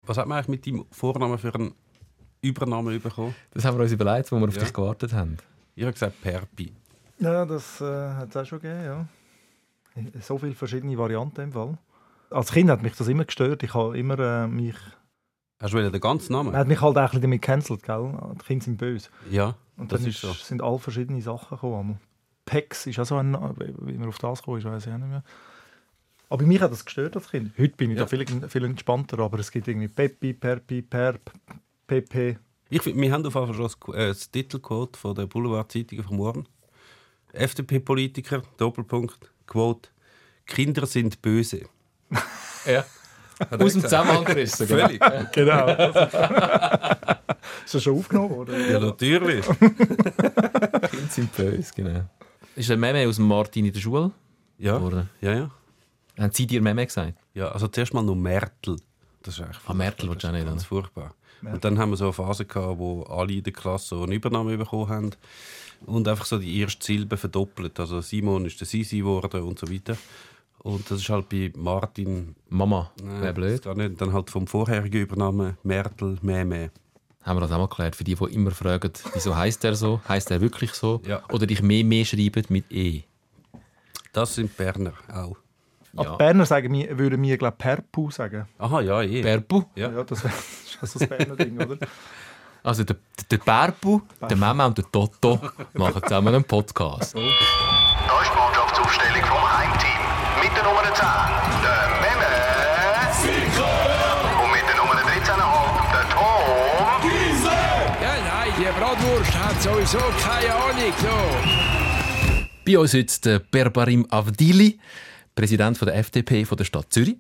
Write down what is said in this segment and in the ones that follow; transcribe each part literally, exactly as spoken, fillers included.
Was hat man eigentlich mit deinem Vornamen für einen Übernamen bekommen? Das haben wir uns überlegt, wo wir auf Ja. dich gewartet haben. Ich habe gesagt Perpi. Ja, das äh, hat es auch schon gegeben, ja. So viele verschiedene Varianten im Fall. Als Kind hat mich das immer gestört. Ich habe immer äh, mich... Hast du den ganzen Namen? Man hat mich halt auch ein bisschen damit gecancelt, gell? Die Kinder sind böse. Ja, Und das dann ist so. sind alle verschiedene Sachen gekommen. Pex ist auch so ein Name, wie man auf das gekommen ist, weiß ich auch nicht mehr. Aber mich hat das gestört als Kind. Heute bin ich Ja. da viel, viel entspannter, aber es gibt irgendwie Peppi, Perpi, Perp, Pepe. Ich find, wir haben auf jeden Fall schon das, äh, das Titelquote von der Boulevard-Zeitung vom Morgen. F D P-Politiker, Doppelpunkt, Quote, Kinder sind böse. Ja. Aus dem Zusammenhang gerissen. Genau. Völlig. Genau. Ist das schon aufgenommen worden? Ja, natürlich. Kinder sind böse, genau. Ist ein Meme aus dem Martin in der Schule? Ja, Oder ja, ja. haben Sie dir Meme gesagt? Ja, also zuerst mal noch Mertel. Das ist eigentlich Ah, Mertel das willst du auch nicht, ganz oder? furchtbar. Merkel. Und dann haben wir so eine Phase gehabt, wo alle in der Klasse so eine Übernahme bekommen haben und einfach so die erste Silbe verdoppelt. Also Simon ist der Sisi geworden und so weiter. Und das ist halt bei Martin... Mama, Äh, wäre blöd. das gar nicht. Dann halt vom vorherigen Übernahme Mertel, Meme. Haben wir das auch mal geklärt. Für die, die immer fragen, wieso heisst er so? Heisst er wirklich so? Ja. Oder dich mehr mehr schreiben mit E? Das sind Berner auch. Aber Ja. Berner sagen wir, würden wir, glaube ich, Perpu sagen. Aha, ja, eh. Berbu. Ja. Ja, das wäre das ist das Berner Ding, oder? Also der, der Berbu, der Mama und der Toto machen zusammen einen Podcast. Da ist die Mannschaftsaufstellung vom Heimteam. Mit der Nummer zehn, der Memme. Und mit der Nummer dreizehn Komma fünf, der Tom. Ja, nein, die Bratwurst hat sowieso keine Ahnung. So. Bei uns heute der Berbarim Avdili, Präsident von der F D P von der Stadt Zürich,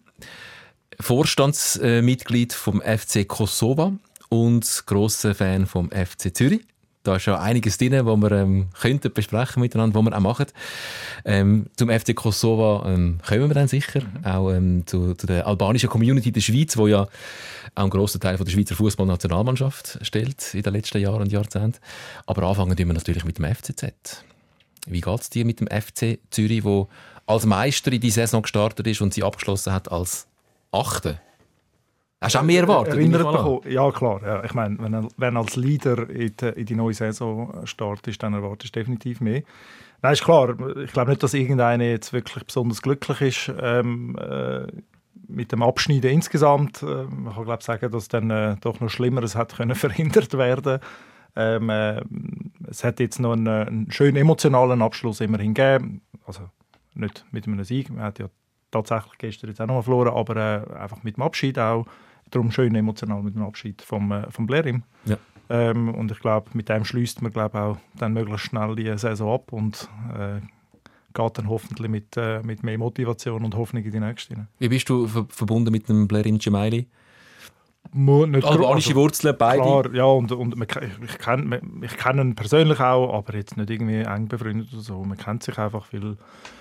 Vorstandsmitglied vom F C Kosova und grosser Fan vom F C Zürich. Da ist schon einiges drin, was wir ähm, könnten besprechen miteinander, was wir auch machen. Ähm, zum F C Kosova ähm, kommen wir dann sicher. Mhm. Auch ähm, zu, zu der albanischen Community in der Schweiz, die ja auch einen grossen Teil von der Schweizer Fußballnationalmannschaft stellt in den letzten Jahren und Jahrzehnten. Aber anfangen tun wir natürlich mit dem F C Z. Wie geht es dir mit dem F C Zürich, der als Meister in die Saison gestartet ist und sie abgeschlossen hat als Achte? Hast du auch mehr erwartet? Erinnert nehme ich mal an. bekommen. Ja, klar. Ja. Ich meine, wenn, wenn als Leader in die, in die neue Saison startest, dann erwartest du definitiv mehr. Nein, ist klar. Ich glaube nicht, dass irgendeiner jetzt wirklich besonders glücklich ist ähm, äh, mit dem Abschneiden insgesamt. Äh, man kann glaube sagen, dass dann äh, doch noch Schlimmeres hat können verhindert werden. Ähm, äh, es hat jetzt noch einen, einen schönen emotionalen Abschluss immerhin gegeben. Also nicht mit einem Sieg. Man hat ja tatsächlich gestern jetzt auch noch mal verloren, aber äh, einfach mit dem Abschied auch. Darum schön emotional mit dem Abschied vom, äh, vom Blerim. Ja. Ähm, und ich glaube, mit dem schließt man glaub, auch dann möglichst schnell die Saison ab und äh, geht dann hoffentlich mit, äh, mit mehr Motivation und Hoffnung in die nächste rein. Wie bist du ver- verbunden mit dem Blerim Cemaili? Mo, nicht Albanische also, Wurzeln, beide? Klar, ja, und, und man, ich, ich kenne ich kenn ihn persönlich auch, aber jetzt nicht irgendwie eng befreundet oder so. Man kennt sich einfach, weil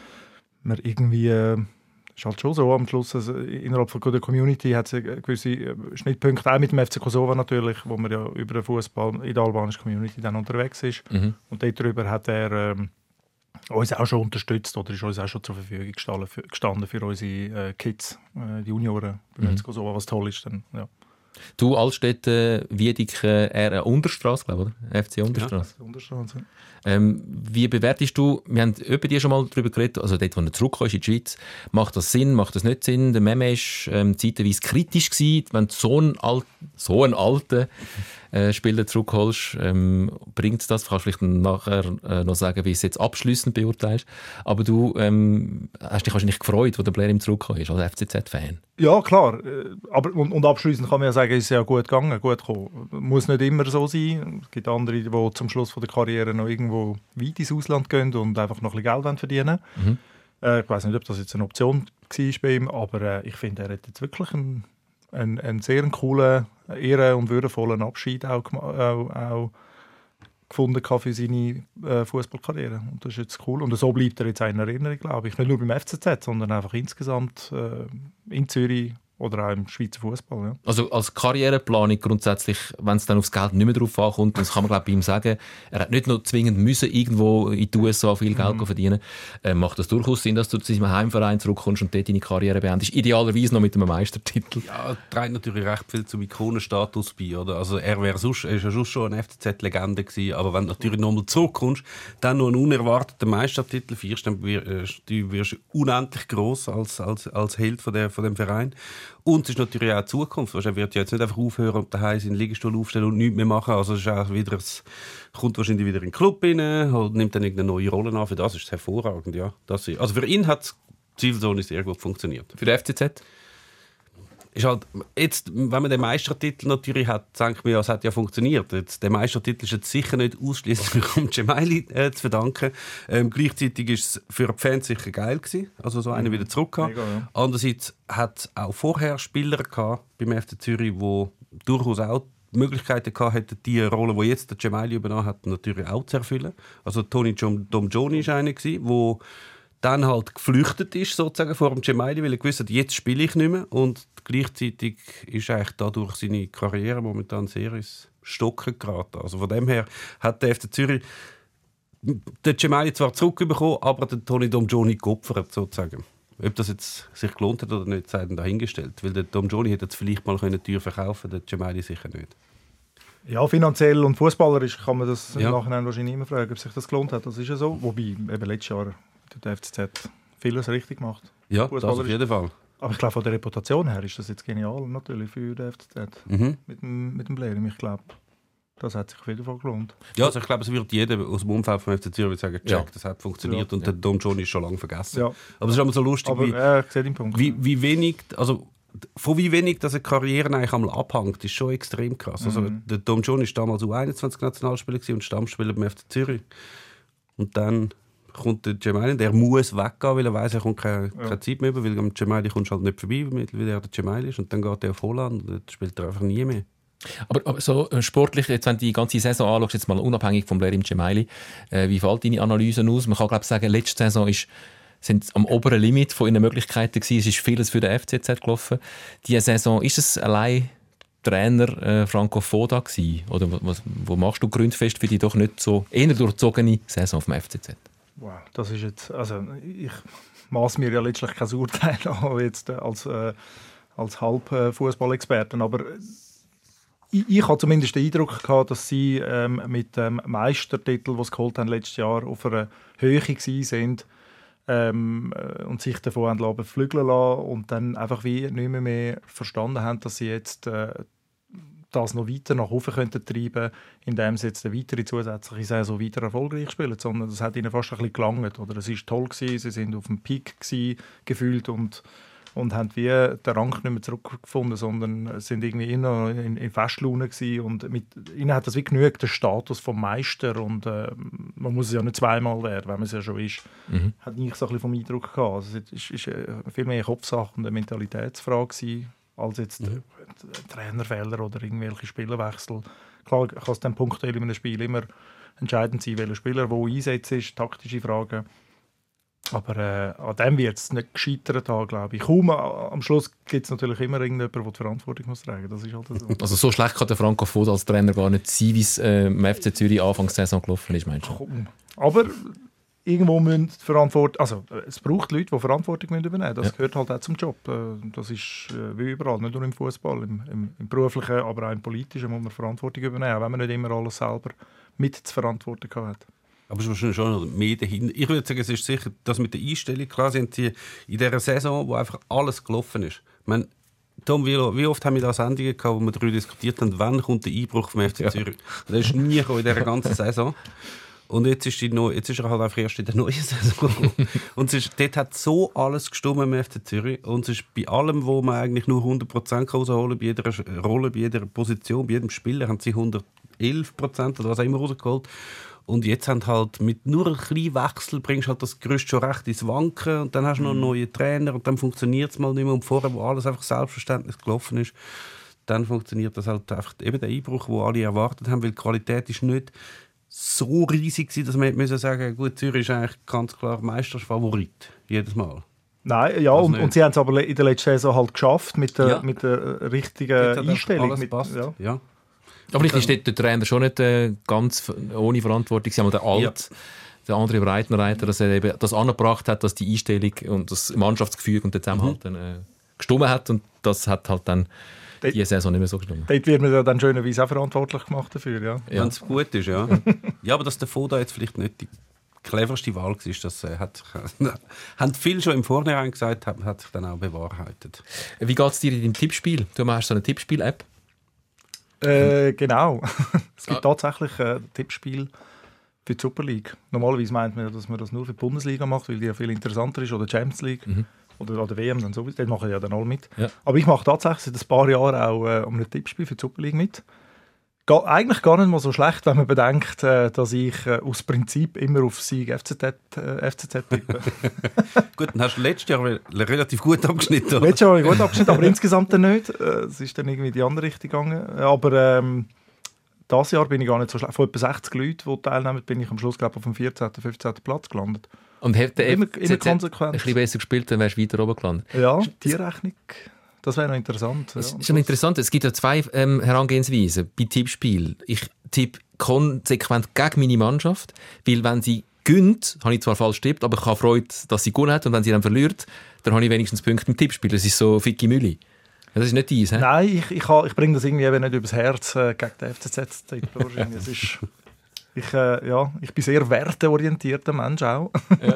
man irgendwie... Äh, ist halt schon so, am Schluss, also innerhalb von der Community hat es gewisse Schnittpunkte, auch mit dem F C Kosova natürlich, wo man ja über den Fußball in der albanischen Community dann unterwegs ist. Mhm. Und darüber hat er ähm, uns auch schon unterstützt oder ist uns auch schon zur Verfügung gestanden für, gestanden für unsere äh, Kids, äh, die Junioren beim Mhm. F C Kosova, was toll ist. Dann, ja. Du, Altstädte, Wiedik, äh, eher eine Unterstrasse, glaube ich, oder? F C Unterstrasse. Unterstraße. Ähm, wie bewertest du, wir haben über dir schon mal darüber geredet, also dort, wo er zurückkommt in die Schweiz, macht das Sinn, macht das nicht Sinn? Der Meme war ähm, zeitweise kritisch gewesen, wenn du so einen, Alt, so einen alten äh, Spieler zurückholst, ähm, bringt das? Du kannst vielleicht nachher äh, noch sagen, wie du es jetzt abschliessend beurteilst, aber du ähm, hast dich wahrscheinlich gefreut, wo der Blair im zurückgekommen ist, als F C Z-Fan. Ja, klar. äh, Aber, und, und abschliessend kann man ja sagen, ist es ja gut gegangen, gut gekommen. Muss nicht immer so sein. Es gibt andere, die zum Schluss von der Karriere noch irgendwo weit ins Ausland gehen und einfach noch ein bisschen Geld verdienen Mhm. äh, Ich weiß nicht, ob das jetzt eine Option war bei ihm, aber äh, ich finde, er hat jetzt wirklich einen, einen, einen sehr coolen, ehren- und würdevollen Abschied auch, gema- auch, auch gefunden für seine äh, Fußballkarriere. Und das ist jetzt cool. Und so bleibt er jetzt in Erinnerung, glaube ich. Nicht nur beim F C Z, sondern einfach insgesamt äh, in Zürich Oder auch im Schweizer Fußball. Ja. Also als Karriereplanung grundsätzlich, wenn es dann aufs Geld nicht mehr drauf ankommt, das kann man glaube ich bei ihm sagen, er hat nicht nur zwingend müssen irgendwo in die U S A viel Geld mhm. verdienen, äh, macht das durchaus Sinn, dass du zu deinem Heimverein zurückkommst und dort deine Karriere beendest. Idealerweise noch mit einem Meistertitel. Ja, trägt natürlich recht viel zum Ikonenstatus bei, oder? Also er wäre sonst, er ist ja sonst schon eine F C Z-Legende gewesen, aber wenn du natürlich nochmal zurückkommst, dann noch einen unerwarteten Meistertitel feierst, dann wirst du wirst unendlich gross als, als, als Held von, der, von dem Verein. Und es ist natürlich auch die Zukunft. Er wird ja jetzt nicht einfach aufhören und daheim seinen Liegestuhl aufstellen und nichts mehr machen. Also es ist auch wieder, es kommt wahrscheinlich wieder in den Club rein und nimmt dann irgendeine neue Rolle an. Für das ist es hervorragend. Ja. Das ist, also für ihn hat die Zielzone sehr gut funktioniert. Für die F C Z? Ist halt, jetzt, wenn man den Meistertitel natürlich hat, denkt man ja, es hat ja funktioniert. Jetzt, der Meistertitel ist jetzt sicher nicht ausschließlich um Gemayli äh, zu verdanken. Ähm, gleichzeitig war es für die Fans sicher geil gewesen, also so einen wieder zurückgehauen. Ja. Andererseits hat es auch vorher Spieler gehabt beim F C Zürich, die durchaus auch die Möglichkeiten gehabt hätten, die Rolle, die jetzt der Gemayli übernommen hat, natürlich auch zu erfüllen. Also Tony Domjoni war einer, der dann halt geflüchtet ist sozusagen vor dem Gemayli, weil er gewusst hat, jetzt spiele ich nicht mehr. Und gleichzeitig ist eigentlich dadurch seine Karriere momentan sehr ins Stocken geraten. Also von dem her hat der F C Zürich den Gemayli zwar zurückbekommen, aber den Tony Domjoni geopfert sozusagen. Ob das jetzt sich gelohnt hat oder nicht, sei dann dahingestellt. Weil der Domjoni hätte jetzt vielleicht mal eine Tür verkaufen können, der Gemayli sicher nicht. Ja, finanziell und fußballerisch kann man das im ja. Nachhinein wahrscheinlich immer fragen, ob sich das gelohnt hat. Das ist ja so. Wobei eben letztes Jahr der F C Z vieles richtig gemacht. Ja, das auf jeden Fall. Aber ich glaube, von der Reputation her ist das jetzt genial natürlich für den F C Z. Mhm. Mit dem, mit dem Blerim. Ich glaube, das hat sich auf jeden Fall gelohnt. Ja, also ich glaube, es wird jeder aus dem Umfeld vom F C Zürich sagen, check, ja. das hat funktioniert. Ja. Und ja. der Domjoni ist schon lange vergessen. Ja. Aber es ist immer so lustig, Aber, wie, äh, ich sehe den Punkt. wie, wie wenig, also von wie wenig dass eine Karriere eigentlich einmal abhängt, ist schon extrem krass. Mhm. Also der Domjoni war damals U einundzwanzig Nationalspieler und Stammspieler beim F C Zürich. Und dann kommt der Gemayli, der muss weggehen, weil er weiss, er kommt keine, ja. keine Zeit mehr über, weil am Gemayli kommst du halt nicht vorbei, weil er der Gemayli ist. Und dann geht er auf Holland und dann spielt er einfach nie mehr. Aber, aber so sportlich, jetzt, wenn du die ganze Saison anschaust, jetzt mal unabhängig vom Blerim Gemayli, äh, wie fällt deine Analyse aus? Man kann glaube ich sagen, letzte Saison ist, sind am oberen Limit von ihren Möglichkeiten gewesen. Es ist vieles für den F C Z gelaufen. Diese Saison, ist es allein Trainer äh, Franco Foda gewesen? Oder was, wo machst du Gründe fest für die doch nicht so eher durchzogene Saison vom F C Z? Wow, das ist jetzt, also ich maß mir ja letztlich kein Urteil an, jetzt als, äh, als Halb-Fußballexperten, aber ich, ich hatte zumindest den Eindruck gehabt, dass sie ähm, mit dem Meistertitel, den sie geholt haben letztes Jahr, auf einer Höhe gewesen sind ähm, und sich davon haben beflügeln lassen und dann einfach wie nicht mehr, mehr verstanden haben, dass sie jetzt äh, das noch weiter nach oben könnten treiben, indem sie jetzt eine weitere zusätzliche Saison weiter erfolgreich spielen, sondern das hat ihnen fast ein bisschen gelangt. Oder es war toll gewesen, sie sind auf dem Peak gewesen, gefühlt und, und haben wie den Rang nicht mehr zurückgefunden, sondern sind irgendwie immer in, in Festlaune gewesen und mit ihnen hat das wie genügt, der Status vom Meister und äh, man muss es ja nicht zweimal werden, wenn man es ja schon ist. Mhm. Hat ich so ein bisschen vom Eindruck gehabt. Also es ist, ist viel mehr eine Kopfsache und eine Mentalitätsfrage gewesen, als jetzt mhm. Trainerfehler oder irgendwelche Spielerwechsel. Klar kann es dann punktuell in einem Spiel immer entscheidend sein, welcher Spieler wo einsetzt ist, taktische Fragen. Aber äh, an dem wird es nicht gescheitert haben, glaube ich. Kaum, am Schluss gibt es natürlich immer irgendjemanden, der die Verantwortung muss tragen muss. Das ist halt so. Also so schlecht kann der Franco Foda als Trainer gar nicht sein, wie es äh, im F C Zürich Anfangssaison gelaufen ist, meinst du? Aber irgendwo müssen Verantwortung, also es braucht Leute, die Verantwortung übernehmen müssen. Das ja. gehört halt auch zum Job. Das ist wie überall, nicht nur im Fußball, im, im, im beruflichen, aber auch im politischen muss man Verantwortung übernehmen, auch wenn man nicht immer alles selber mit zu verantworten hat. Aber es ist wahrscheinlich schon mehr dahinter. Ich würde sagen, es ist sicher, dass mit der Einstellung, klar sind sie in dieser Saison, wo einfach alles gelaufen ist. Ich meine, Tom, wie, wie oft haben wir da Sendungen gehabt, wo wir darüber diskutiert haben, wann kommt der Einbruch vom F C Zürich? Ja. Das ist nie in dieser ganzen Saison. Und jetzt ist, die neu, jetzt ist er halt einfach erst in der neuen Saison. Und es ist, dort hat so alles gestimmt im F C Zürich. Und es ist bei allem, wo man eigentlich nur hundert Prozent rausholen kann, bei jeder Rolle, bei jeder Position, bei jedem Spieler, haben sie hundertelf Prozent oder was auch immer rausgeholt. Und jetzt haben halt mit nur einem kleinen Wechsel bringst du halt das Gerüst schon recht ins Wanken und dann hast du noch einen neuen Trainer und dann funktioniert es mal nicht mehr. Und vorher, wo alles einfach selbstverständlich gelaufen ist, dann funktioniert das halt einfach eben der Einbruch, den alle erwartet haben, weil die Qualität ist nicht so riesig war, dass man hätte sagen, gut, Zürich ist eigentlich ganz klar Meisterfavorit, jedes Mal. Nein, ja, und, und sie haben es aber in der letzten Saison halt geschafft mit der, Ja. mit der richtigen Dort hat Einstellung. alles Mit, passt. ja. Ja. Aber vielleicht ist dort der Trainer schon nicht äh, ganz ohne Verantwortung. Sie haben der Alt, Ja. der andere Breitenreiter, dass er eben das angebracht hat, dass die Einstellung und das Mannschaftsgefüge und der Zusammenhalt dann, äh, gestimmt hat. Und das hat halt dann Dort- diese Saison nicht mehr so gestimmt. Dort wird man ja dann schönerweise auch verantwortlich gemacht dafür. Ja. Ja. Wenn es gut ist, ja. Ja, aber dass der Foda jetzt vielleicht nicht die cleverste Wahl war, das äh, hat, haben viele schon im Vorhinein gesagt, hat, hat sich dann auch bewahrheitet. Wie geht es dir in deinem Tippspiel? Du machst so eine Tippspiel-App. Äh, genau. Es gibt Ah. tatsächlich ein Tippspiel für die Super League. Normalerweise meint man, dass man das nur für die Bundesliga macht, weil die ja viel interessanter ist, oder die Champions League. Mhm. Oder an der W M, dann sowieso. Dort machen ja dann alle mit. Ja. Aber ich mache tatsächlich seit ein paar Jahren auch äh, um ein Tippspiel für die Super League mit. Ga eigentlich gar nicht mal so schlecht, wenn man bedenkt, äh, dass ich äh, aus Prinzip immer auf Sieg F C Z, äh, F C Z tippe. Gut, dann hast du letztes Jahr re- relativ gut abgeschnitten. Oder? Letztes Jahr habe ich gut abgeschnitten, aber insgesamt dann nicht. Äh, Es ist dann irgendwie in die andere Richtung gegangen. Aber ähm, dieses Jahr bin ich gar nicht so schlecht. Von etwa sechzig Leuten, die teilnehmen, bin ich am Schluss glaube ich, auf dem vierzehnten, fünfzehnten Platz gelandet. Und hätte der Immer- F immer C Z ein konsequent. bisschen besser gespielt, dann wärst du weiter oben gelandet. Ja, die Rechnung, das wäre noch interessant. Es Ja. ist schon interessant. Es gibt ja zwei ähm, Herangehensweisen bei Tippspiel. Ich tippe konsequent gegen meine Mannschaft, weil wenn sie gönnt, habe ich zwar falsch getippt, aber ich habe Freude, dass sie gewonnen hat, und wenn sie dann verliert, dann habe ich wenigstens Punkte im Tippspiel. Das ist so Ficky Mülli. Das ist nicht deins, hä? Nein, ich, ich, ha- ich bringe das irgendwie eben nicht übers Herz äh, gegen den F C Z zu tippen. Wahrscheinlich. Es ist, ich, äh, ja, ich bin sehr werteorientierter Mensch auch.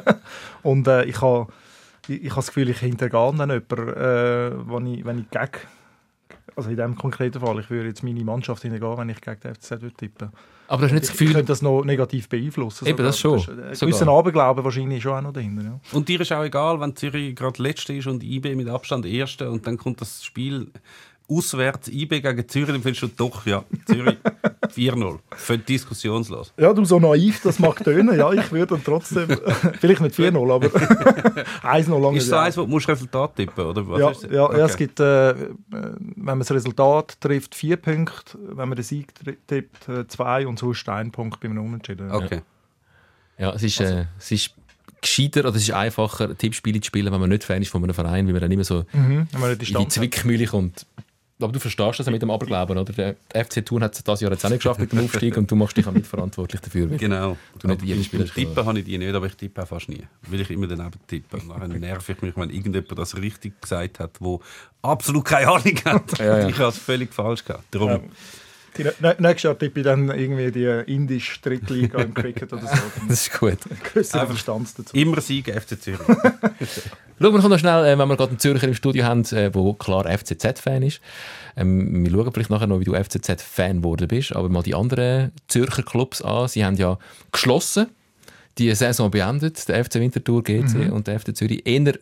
Und äh, ich habe ich, ich ha das Gefühl, ich hintergehe dann jemanden, äh, wenn, ich, wenn ich gegen... Also in diesem konkreten Fall, ich würde jetzt meine Mannschaft hintergehen, wenn ich gegen den F C Z würde tippen. Aber du hast nicht das Ich, ich Gefühl, könnte das noch negativ beeinflussen. Eben, das schon. ist Ein Sogar. gewisser Aberglaube wahrscheinlich schon auch noch dahinter. Ja. Und dir ist auch egal, wenn Zürich gerade Letzte ist und I B mit Abstand Erste und dann kommt das Spiel auswärts I B gegen Zürich, dann findest du doch, ja, Zürich vier null. Völlig diskussionslos. Ja, du, so naiv, das mag tönen. Ja, ich würde dann trotzdem, vielleicht nicht vier null, aber eins null lange. Ist so eins, wo du Resultat tippen oder was Ja, ist das? ja, Okay. ja, es gibt, äh, äh, wenn man das Resultat trifft, vier Punkte, wenn man den Sieg tri- tippt, äh, zwei und sonst ein Punkt beim Unentschieden. Okay. ja, es ist, äh, es ist gescheiter oder es ist einfacher, Tippspiele zu spielen, wenn man nicht Fan ist von einem Verein, weil man dann immer so Mhm, wenn man nicht die in die Stand hat. Zwickmühle kommt. Aber du verstehst das ja mit dem Aberglauben, oder? Der F C Thun hat es dieses Jahr jetzt auch nicht geschafft mit dem Aufstieg und du machst dich auch mitverantwortlich dafür. weil Genau. Du nicht jedes Spiel hast Tippen habe ich die nicht, aber ich tippe auch fast nie. Weil ich immer daneben tippe. Und nachher nerv ich mich, wenn irgendjemand das richtig gesagt hat, der absolut keine Ahnung hat. Ja, ja. Ich habe es völlig falsch gehabt. Darum, Ja. Die, nä- nächstes Jahr tippe ich dann irgendwie die indische Drittliga im Cricket oder so. Das ist gut. Größere Verstand dazu. immer Sieg F C Zürich. Schauen wir noch schnell, äh, wenn wir gerade einen Zürcher im Studio haben, der äh, klar F C Z-Fan ist. Ähm, wir schauen vielleicht nachher noch, wie du F C Z-Fan geworden bist. Aber mal die anderen Zürcher Clubs an. Sie haben ja geschlossen, die Saison beendet. Der F C Winterthur, G C Mhm. und der F C Zürich eher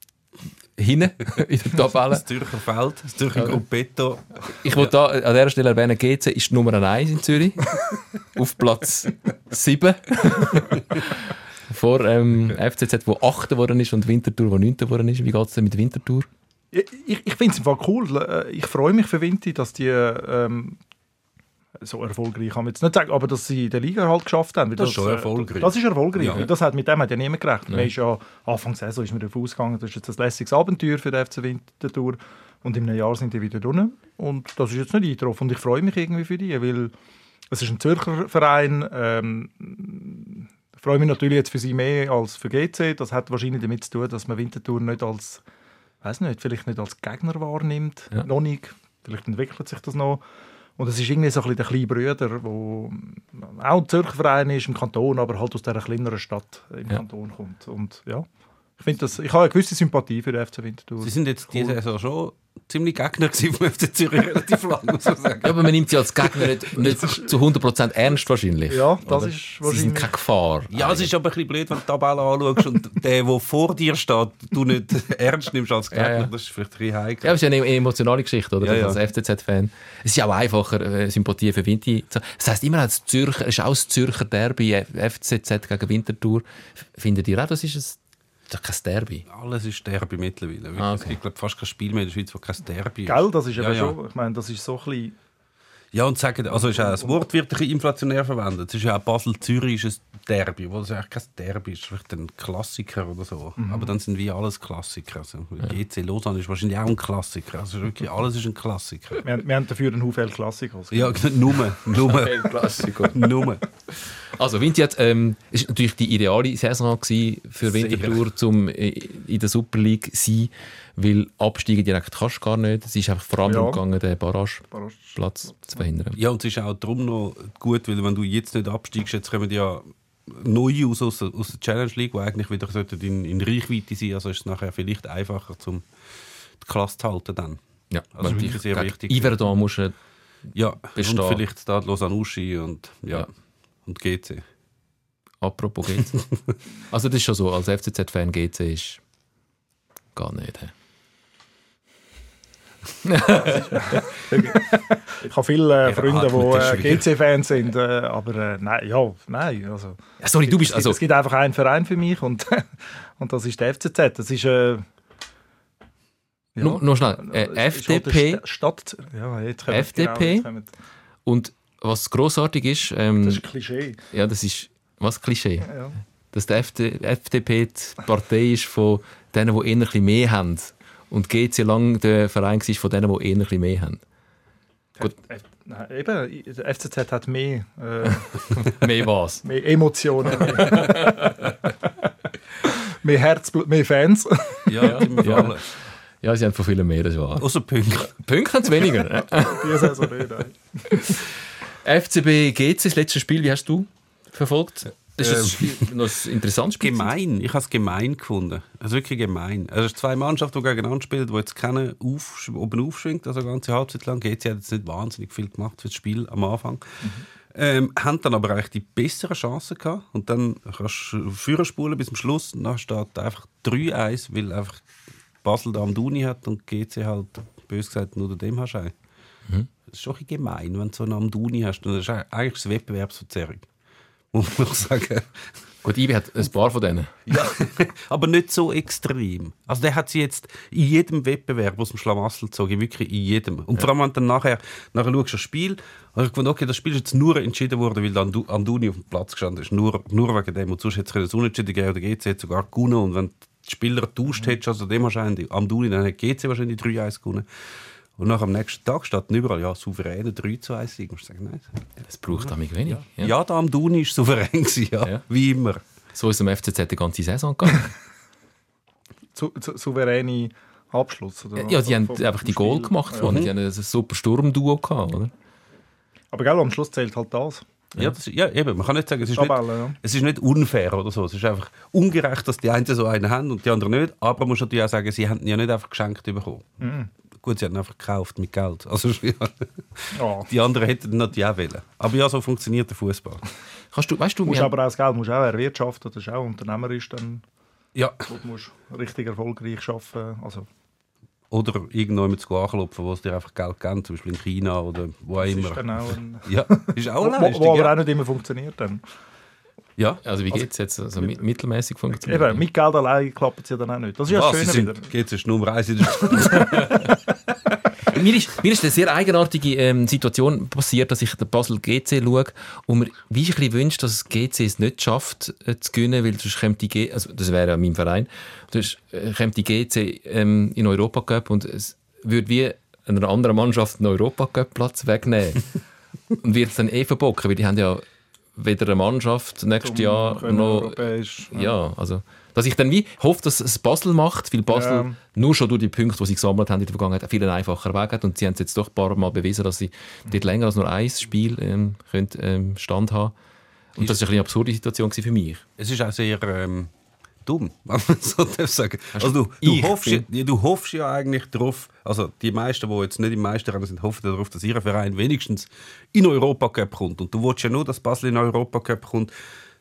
hinten in der Tabelle. Das Zürcher Feld, das Zürcher Gruppetto. Ich wollte da an dieser Stelle erwähnen, G C ist Nummer eins in Zürich. Auf Platz sieben. Vor ähm, F C Z, der achter geworden ist, und Winterthur, der neunter geworden ist. Wie geht es denn mit Winterthur? Ich, ich, ich finde es im Fall cool. Äh, Ich freue mich für Vinti, dass die ähm, so erfolgreich, kann man jetzt nicht sagen, aber dass sie den Liga halt geschafft haben. Weil Das ist schon äh, erfolgreich. Das ist erfolgreich. Ja. weil Das hat, mit dem hat ja niemand gerechnet. Nein. Man ist ja, Anfang der Saison ist man davon ausgegangen, das ist jetzt ein lässiges Abenteuer für den F C Winterthur. Und in einem Jahr sind die wieder drin. Und das ist jetzt nicht eingetroffen. Und ich freue mich irgendwie für die, weil es ist ein Zürcher Verein. Ähm, ich freue mich natürlich jetzt für sie mehr als für G C. Das hat wahrscheinlich damit zu tun, dass man Winterthur nicht als, weiß nicht, vielleicht nicht als Gegner wahrnimmt. Ja. Noch nicht. Vielleicht entwickelt sich das noch. Und es ist irgendwie so ein bisschen der kleine Bruder, der auch ein Zürcher Verein ist im Kanton, aber halt aus dieser kleineren Stadt im Ja. Kanton kommt. Und ja, ich finde das, ich habe eine gewisse Sympathie für den F C Winterthur. Sie sind jetzt diese Saison schon ziemlich Gegner gewesen vom F C Zürich, relativ lang, muss man sagen. Ja, aber man nimmt sie als Gegner nicht, nicht zu hundert Prozent ernst wahrscheinlich. Ja, das oder? ist Sie sind wahrscheinlich- keine Gefahr. Ja, es ist aber ein bisschen blöd, wenn du die Tabelle anschaust und der, der vor dir steht, du nicht ernst nimmst als Gegner. Ja, ja. Das ist vielleicht ein bisschen heikel. Ja, aber es ist ja eine emotionale Geschichte, oder? Ja, ja. Als F C Z-Fan. Es ist ja auch einfacher, äh, Sympathie für Vinti zu haben. Das heisst, immer als Zürcher, es ist auch das Zürcher Derby, F C Z gegen Winterthur. Findet ihr auch, das ist ein, das ist kein Derby? Alles ist Derby mittlerweile. Wirklich. Ah, Es okay. gibt glaub, fast kein Spiel mehr in der Schweiz, wo kein Derby ist. Gell, das ist Ja, eben ja. schon, ich meine, das ist so ein bisschen... Ja, und sagen, also ist auch das Wort wird ein bisschen inflationär verwendet. Es ist ja auch Basel-Zürich ist ein Derby, wo das eigentlich kein Derby ist, vielleicht ein Klassiker oder so. Mhm. Aber dann sind wie alles Klassiker. Also, ja. G C Lausanne ist wahrscheinlich auch ein Klassiker. Also wirklich alles ist ein Klassiker. Wir, haben, wir haben dafür einen Haufen Klassikers. Ja, nur, nur. Klassiker. nur. Also Vinti hat, ähm, ist natürlich die ideale Saison gewesen für Winterthur, um in der Super League zu sein, weil absteigen direkt kannst du gar nicht. Es ist einfach vor allem ja. gegangen, den Barrageplatz zu verhindern. Ja, und es ist auch darum noch gut, weil wenn du jetzt nicht absteigst, jetzt kommen ja neue aus, aus, aus der Challenge League, die eigentlich wieder in, in Reichweite sein, also ist es nachher vielleicht einfacher, um die Klasse zu halten dann. Ja, also das ist sehr wichtig. Iverdon musst du ja, bestehen. Und vielleicht da Lausanne Uschi und, ja, ja. und G C. Apropos G C. Also das ist schon so, als F C Z-Fan G C ist gar nicht. He. Ich habe viele äh, Freunde, die äh, G C-Fans sind, äh, aber äh, nein, ja, nein. Also, ja, sorry, du bist es, also... Es gibt einfach einen Verein für mich und, und das ist der F C Z. Das ist... Äh, ja, no, noch schnell. Äh, F D P... Stadt, ja, jetzt F D P genau, jetzt und was grossartig ist... Ähm, das ist ein Klischee. Ja, das ist... Was Klischee? Ja, ja. Dass der F D P die Partei ist von denen, die eher ein bisschen mehr haben. Und G C lang der Verein war von denen, die eher ein bisschen mehr haben. Gut. F- Nein, eben, der F C Z hat mehr... Äh, mehr was? Mehr Emotionen. Mehr, mehr Herzblut, mehr Fans. Ja, im ja. ja, sie haben von vielen mehr, das war. Außer Punkte. Punkte haben sie weniger. Die sind so nicht, nein. F C B G C, das letzte Spiel, wie hast du verfolgt? Das ist ähm, noch ein interessantes Spiel. Gemein. Ich habe es gemein gefunden. Also wirklich gemein. Also es sind zwei Mannschaften, die gegeneinander spielen, die jetzt keiner auf, oben aufschwingt, also eine ganze Halbzeit lang. G C hat jetzt nicht wahnsinnig viel gemacht für das Spiel am Anfang. Mhm. Ähm, haben dann aber eigentlich die besseren Chancen gehabt. Und dann kannst du Führer spulen bis zum Schluss. Und dann steht einfach drei eins, weil einfach Basel da am Duni hat und G C halt, bös gesagt, nur dem hast. Mhm. Das ist schon ein bisschen gemein, wenn du so einen am Duni hast. Und das ist eigentlich das Wettbewerbsverzerrung. Muss man sagen. Gut, Ibi hat ein paar von denen. Ja, aber nicht so extrem. Also der hat sie jetzt in jedem Wettbewerb aus dem Schlamassel gezogen, wirklich in jedem. Und ja. vor allem, wenn du dann nachher, nachher schaust, das Spiel, habe ich gedacht, okay, das Spiel ist jetzt nur entschieden worden, weil dann Amdouni auf dem Platz gestanden ist. Nur, nur wegen dem. Und sonst hätte es Unentschieden gegeben, oder G C hat sogar gewonnen. Und wenn die Spieler getauscht hättest, also dem wahrscheinlich Amdouni, dann hätte G C wahrscheinlich drei eins gewonnen. Und nach am nächsten Tag steht überall, ja, souveräne drei zu eins Sieg. Ich sage, nein. Das braucht damit wenig. Ja, ja. ja da am Duni war souverän gewesen, ja. Ja. Wie immer. So ist es im F C Z die ganze Saison gegangen. Su- su- souveräne Abschluss? Oder? Ja, die haben einfach die Goal gemacht. Ja. Die haben ein super Sturmduo gehabt, oder? Aber gell, am Schluss zählt halt das. Ja, das, ja, eben. Man kann nicht sagen, es ist, Tabelle, nicht, ja. es ist nicht unfair oder so. Es ist einfach ungerecht, dass die einen so einen haben und die anderen nicht. Aber man muss natürlich auch sagen, sie haben ja nicht einfach geschenkt bekommen. Mhm. Gut, sie haben einfach gekauft mit Geld. Also, ja. oh. Die anderen hätten natürlich auch wollen. Aber ja, so funktioniert der Fußball. Kannst du, weißt du, musst aber auch das Geld musst auch erwirtschaften, das ist auch unternehmerisch. Dann ja. Du musst richtig erfolgreich arbeiten. Also. Oder irgendjemand zu anklopfen, wo es dir einfach Geld gibt, zum Beispiel in China oder wo auch immer. Ist dann auch ein ja, ist auch eine Leistung, wo, wo aber ja. auch nicht immer funktioniert. Dann. Ja. Also wie geht es jetzt? Also mit, mittelmäßig funktioniert es? Eben, mit Geld allein klappt es ja dann auch nicht. Das ist ja Was, das Schöne wieder. Geht es Nummer eins in der mir, ist, mir ist eine sehr eigenartige ähm, Situation passiert, dass ich den Basel G C schaue und mir wie ich ein bisschen wünsche, dass G C es nicht schafft äh, zu gewinnen, weil sonst kommt die G C, also das wäre ja mein Verein, sonst äh, kommt die G C ähm, in Europacup und es würde wie einer anderen Mannschaft einen Europacup-Platz wegnehmen und wird es dann eh verbocken, weil die haben ja weder eine Mannschaft nächstes Zum Jahr noch... Ja. ja, also... Dass ich dann wie hoffe, dass es Basel macht, weil Basel ja. nur schon durch die Punkte, die sie gesammelt haben in der Vergangenheit, viel einfacher Weg hat. Und sie haben es jetzt doch ein paar Mal bewiesen, dass sie dort länger als nur ein Spiel ähm, können, ähm, Stand haben. Und das war eine absurde Situation für mich. Es ist auch sehr ähm, dumm, wenn man so darf sagen. Also du, du, hoffst, ja, du hoffst ja eigentlich darauf, also die meisten, die jetzt nicht im Meisterrennen sind, hoffen darauf, dass ihr Verein wenigstens in den Europacup kommt. Und du willst ja nur, dass Basel in den Europacup kommt,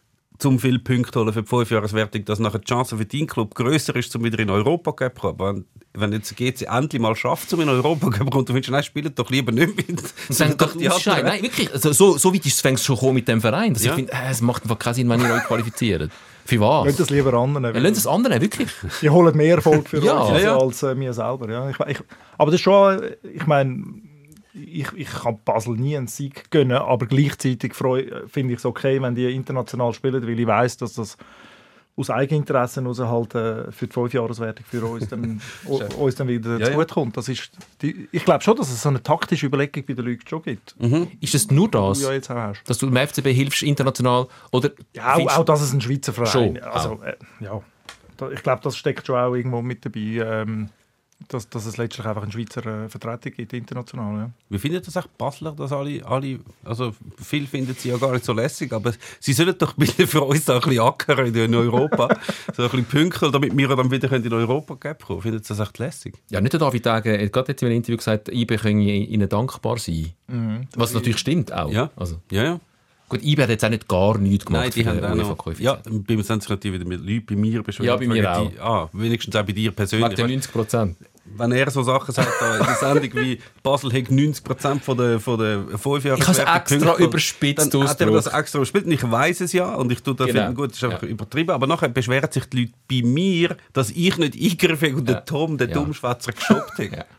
um viele Punkte holen für die Fünfjahreswertung, dass nachher die Chance für deinen Club grösser ist, um wieder in den Europacup zu kommen. Aber wenn, wenn jetzt G C endlich mal schafft, um in den Europacup zu kommen, dann findest du, nein, spielt doch lieber nicht mit. Dann doch die anderen. Nein, wirklich, also so, so weit ist es fängst schon gekommen mit dem Verein, dass ja. ich finde, äh, es macht einfach keinen Sinn, wenn ihr euch qualifiziert. Für was? Lasst das lieber anderen. Ja, lasst das anderen, wirklich. Die holen mehr Erfolg für ja, uns ja. als äh, mir selber. Ja. Ich, ich, aber das ist schon, ich meine, ich, ich kann Basel nie einen Sieg gönnen, aber gleichzeitig freu- finde ich es okay, wenn die international spielen, weil ich weiss, dass das aus Eigeninteressen heraus halt äh, für die Fünfjahreswertung für uns dann, o, uns dann wieder ja, zugutekommt. Das ist die, ich glaube schon, dass es so eine taktische Überlegung bei den Leuten schon gibt. Mhm. Ist es nur das, Du ja jetzt auch hast. dass du dem F C B hilfst international? Oder Ja, auch, auch, dass es ein Schweizer Verein Schon, also, äh, ja, da, ich glaube, das steckt schon auch irgendwo mit dabei, ähm, dass, dass es letztlich einfach eine Schweizer äh, Vertretung gibt, international. Ja. Wie findet das auch Basler, dass alle, alle, also viele finden sie ja gar nicht so lässig, aber sie sollen doch bitte für uns da ein bisschen ackern in Europa, so ein bisschen pünkeln, damit wir dann wieder in Europa kommen. Findet das echt lässig? ja, nicht der David Degen, er hat gerade jetzt in einem Interview gesagt, I B könne ihnen dankbar sein. Mhm. Was natürlich stimmt auch. Ja. Also, Ja, ja. gut, I B hat jetzt auch nicht gar nichts gemacht. Nein, die für haben den auch noch... UEFA-Koeffizient. Ja, bei mir sind sich natürlich wieder mit Leuten bei mir beschwert. Ja, bei mir wegen die, ah, wenigstens auch bei dir Wegen persönlich. den neunzig Prozent. Wenn er so Sachen sagt da in der Sendung wie Basel hat neunzig Prozent von der, von der fünf Jahre Ich habe es extra überspitzt Dann hat er das ausgedrückt. extra überspitzt und ich weiss es ja und ich tue das Genau. finden, gut, das ist einfach Ja. übertrieben, aber nachher beschweren sich die Leute bei mir, dass ich nicht eingegriffen habe und Ja. der Tom, der Ja. Dummschwätzer, gestoppt hat. Ja.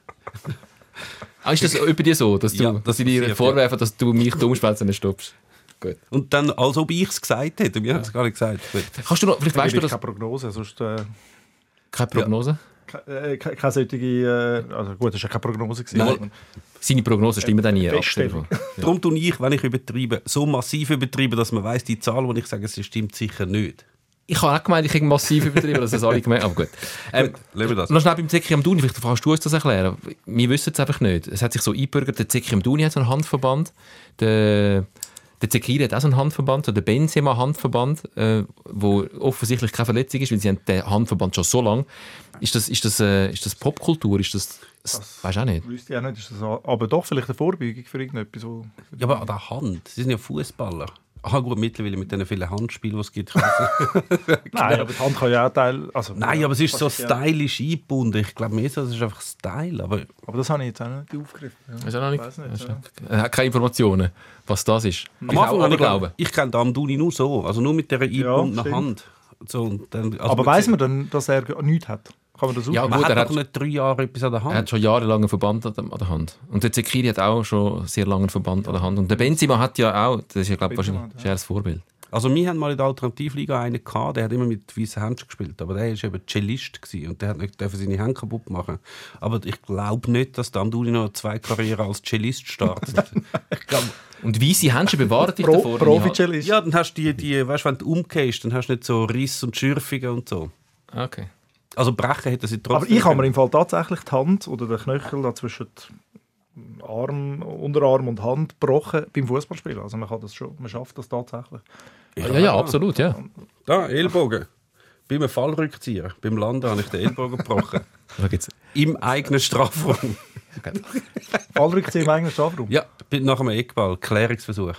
Ah, ist das über dir so, dass, du, Ja, dass das sie dir passiert, vorwerfen, dass du mich dummschwätzen nicht stoppst? Gut. Und dann, als ob ich es gesagt hätte, mir hat es gar nicht gesagt. Gut. Kannst du noch, vielleicht weißt du ich das... keine Prognose, sonst äh, Keine Prognose? keine, äh, keine, keine solche, äh, also gut, das war ja keine Prognose. Gewesen, Nein. aber- Seine Prognosen stimmen dann nie. Feststellung. abgesehen davon. Darum tue ich, wenn ich übertreibe, so massiv übertreibe, dass man weiss, die Zahl, die ich sage, sie stimmt sicher nicht. Ich habe auch gemeint, ich habe massiv übertrieben, dass das alle gemeint haben. Aber gut. Ähm, Leben das. noch schnell beim Zeki am Duni, vielleicht kannst du uns das erklären. Wir wissen es einfach nicht. Es hat sich so eingebürgert, der Zeki am Duni hat so einen Handverband, der, der Zekiri hat auch so einen Handverband, so der Benzema Handverband, äh, wo offensichtlich keine Verletzung ist, weil sie haben den Handverband schon so lange. Ist das, ist das, äh, ist das Popkultur? Ist das, das weißt du auch nicht? Wüsste ich auch nicht, ist das, aber doch vielleicht eine Vorbeugung für irgendetwas. Wo, Ja, aber an der Hand, sie sind ja Fußballer. Ah gut, mittlerweile mit den vielen Handspielen, die es gibt. Nein, aber die Hand kann ja auch Teil... Also, Nein, ja, aber es ist so fast gerne. stylisch eingebunden. Ich glaube mehr so, es ist einfach Style. Aber Aber das habe ich jetzt auch nicht aufgegriffen. Ja. Weißt du auch noch nicht? Weiss nicht, Weißt ja. du? Er hat keine Informationen, was das ist. am Anfang aber habe ich glauben. glauben. Ich kenne den Amdouni nur so, also nur mit dieser eingebundenen stimmt. Hand. So, und dann, also Aber weiss man dann, dass er nichts hat? Kann man das Ja, aufnehmen? man gut, hat er doch hat- nicht drei Jahre etwas an der Er Hand. hat schon jahrelang einen Verband an der, an der Hand. Und der Zekiri hat auch schon sehr lange einen Verband an der Hand. Und der Benzema hat ja auch, das ist ja, glaube ich, Benzema, wahrscheinlich ja. ein das Vorbild. Also wir haben mal in der Alternativliga einen gehabt, der hat immer mit weißen Händchen gespielt, aber der war eben Cellist gewesen und der hat nicht dürfen seine Hände kaputt machen. Aber ich glaube nicht, dass der Amdouni noch zwei Karrieren als Cellist startet. Ich glaub, Und weisse Händchen bewahren dich Pro, davor. Profi-Cellist. ja, dann hast du die, die weißt, wenn du umgehst, dann hast du nicht so Riss und Schürfungen und so. Okay. Also brechen hätte sie Aber trotzdem. ich habe mir können. im Fall tatsächlich die Hand oder den Knöchel da zwischen Arm, Unterarm und Hand gebrochen beim Fußballspielen. Also man kann das schon, man schafft das tatsächlich. Ja, ja, absolut, ja. Da, Ellbogen. Beim Fallrückzieher, beim Landen habe ich den Ellbogen gebrochen. Da gibt's. Im eigenen Strafraum. Fallrückzieher im eigenen Strafraum. Ja, bin nach einem Eckball. Klärungsversuch.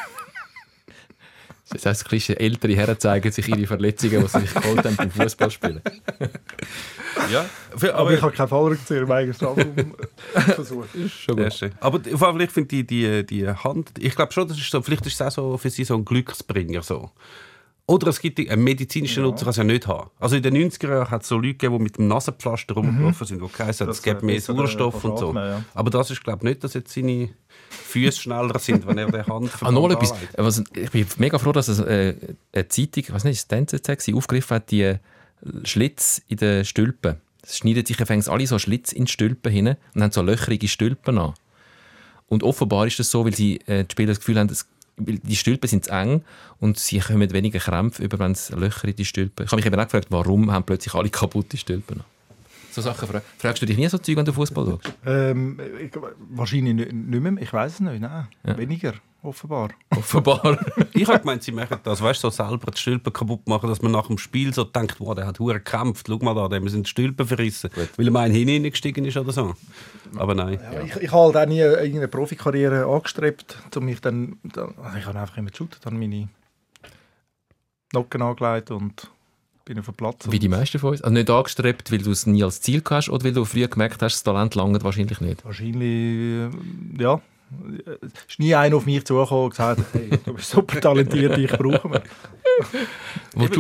Das heisst, Klischee, ältere Herren zeigen sich ihre Verletzungen, die sie sich geholt haben beim Fußballspielen. Ja, für, Aber ich habe keinen Fallrückzieher im eigenen Strafraum versucht. Schon Sehr schön. Aber auf jeden Fall, ich finde die, die, die Hand, ich glaube schon, das ist so, vielleicht ist es auch so für sie so ein Glücksbringer. So. Oder es gibt einen medizinischen Nutzer, kann es ja nicht haben. Also in den neunziger Jahren hat es so Leute gegeben, die mit dem Nasenpflaster rumgelaufen sind, die geheißen haben, es Das, gibt äh, mehr besser, äh, Sauerstoff und so. atmen, ja. Aber das ist, glaube ich, nicht, dass jetzt seine Füße schneller sind, wenn er die Hand Ah, noch mal etwas. anlegt. Was, ich bin mega froh, dass es, äh, eine Zeitung, ich weiß nicht, ist das N Z Z gewesen, aufgegriffen hat, die Schlitz in den Stülpen. Es schneidet sich fängt alle so Schlitz in die Stülpen hin und haben so löcherige Stülpen an. Und offenbar ist das so, weil sie, äh, die Spieler das Gefühl haben, dass die Stülpen sind zu eng und sie kommen weniger Krämpfe über, wenn es Löcher in die Stülpen. Ich habe mich eben auch gefragt, warum haben plötzlich alle kaputte Stülpen. So Sachen fra- fragst du dich nie so Zeug, wenn du Fußball schaust? Ähm, ich, wahrscheinlich nicht, nicht mehr. Ich weiß es nicht. Nein. Ja. Weniger, offenbar. Offenbar. Ich habe gemeint, sie machen das, weißt du, so selber die Stülpen kaputt machen, dass man nach dem Spiel so denkt, wow, der hat hure gekämpft, schau mal da, dem sind die Stülpen verrissen, weil er mal hineingestiegen ist oder so. Aber nein. Ja, ich, ich habe halt auch nie irgendeine Profikarriere angestrebt, um mich dann, dann ich habe einfach immer geshootet, habe meine Nocken angelegt und bin auf den Platz. Wie die meisten von uns. Also nicht angestrebt, weil du es nie als Ziel hast oder weil du früh gemerkt hast, das Talent langt wahrscheinlich nicht. Wahrscheinlich, äh, ja. Es ist nie einer auf mich zugekommen und gesagt, hey, du bist super talentiert, ich brauche mich. Wo du,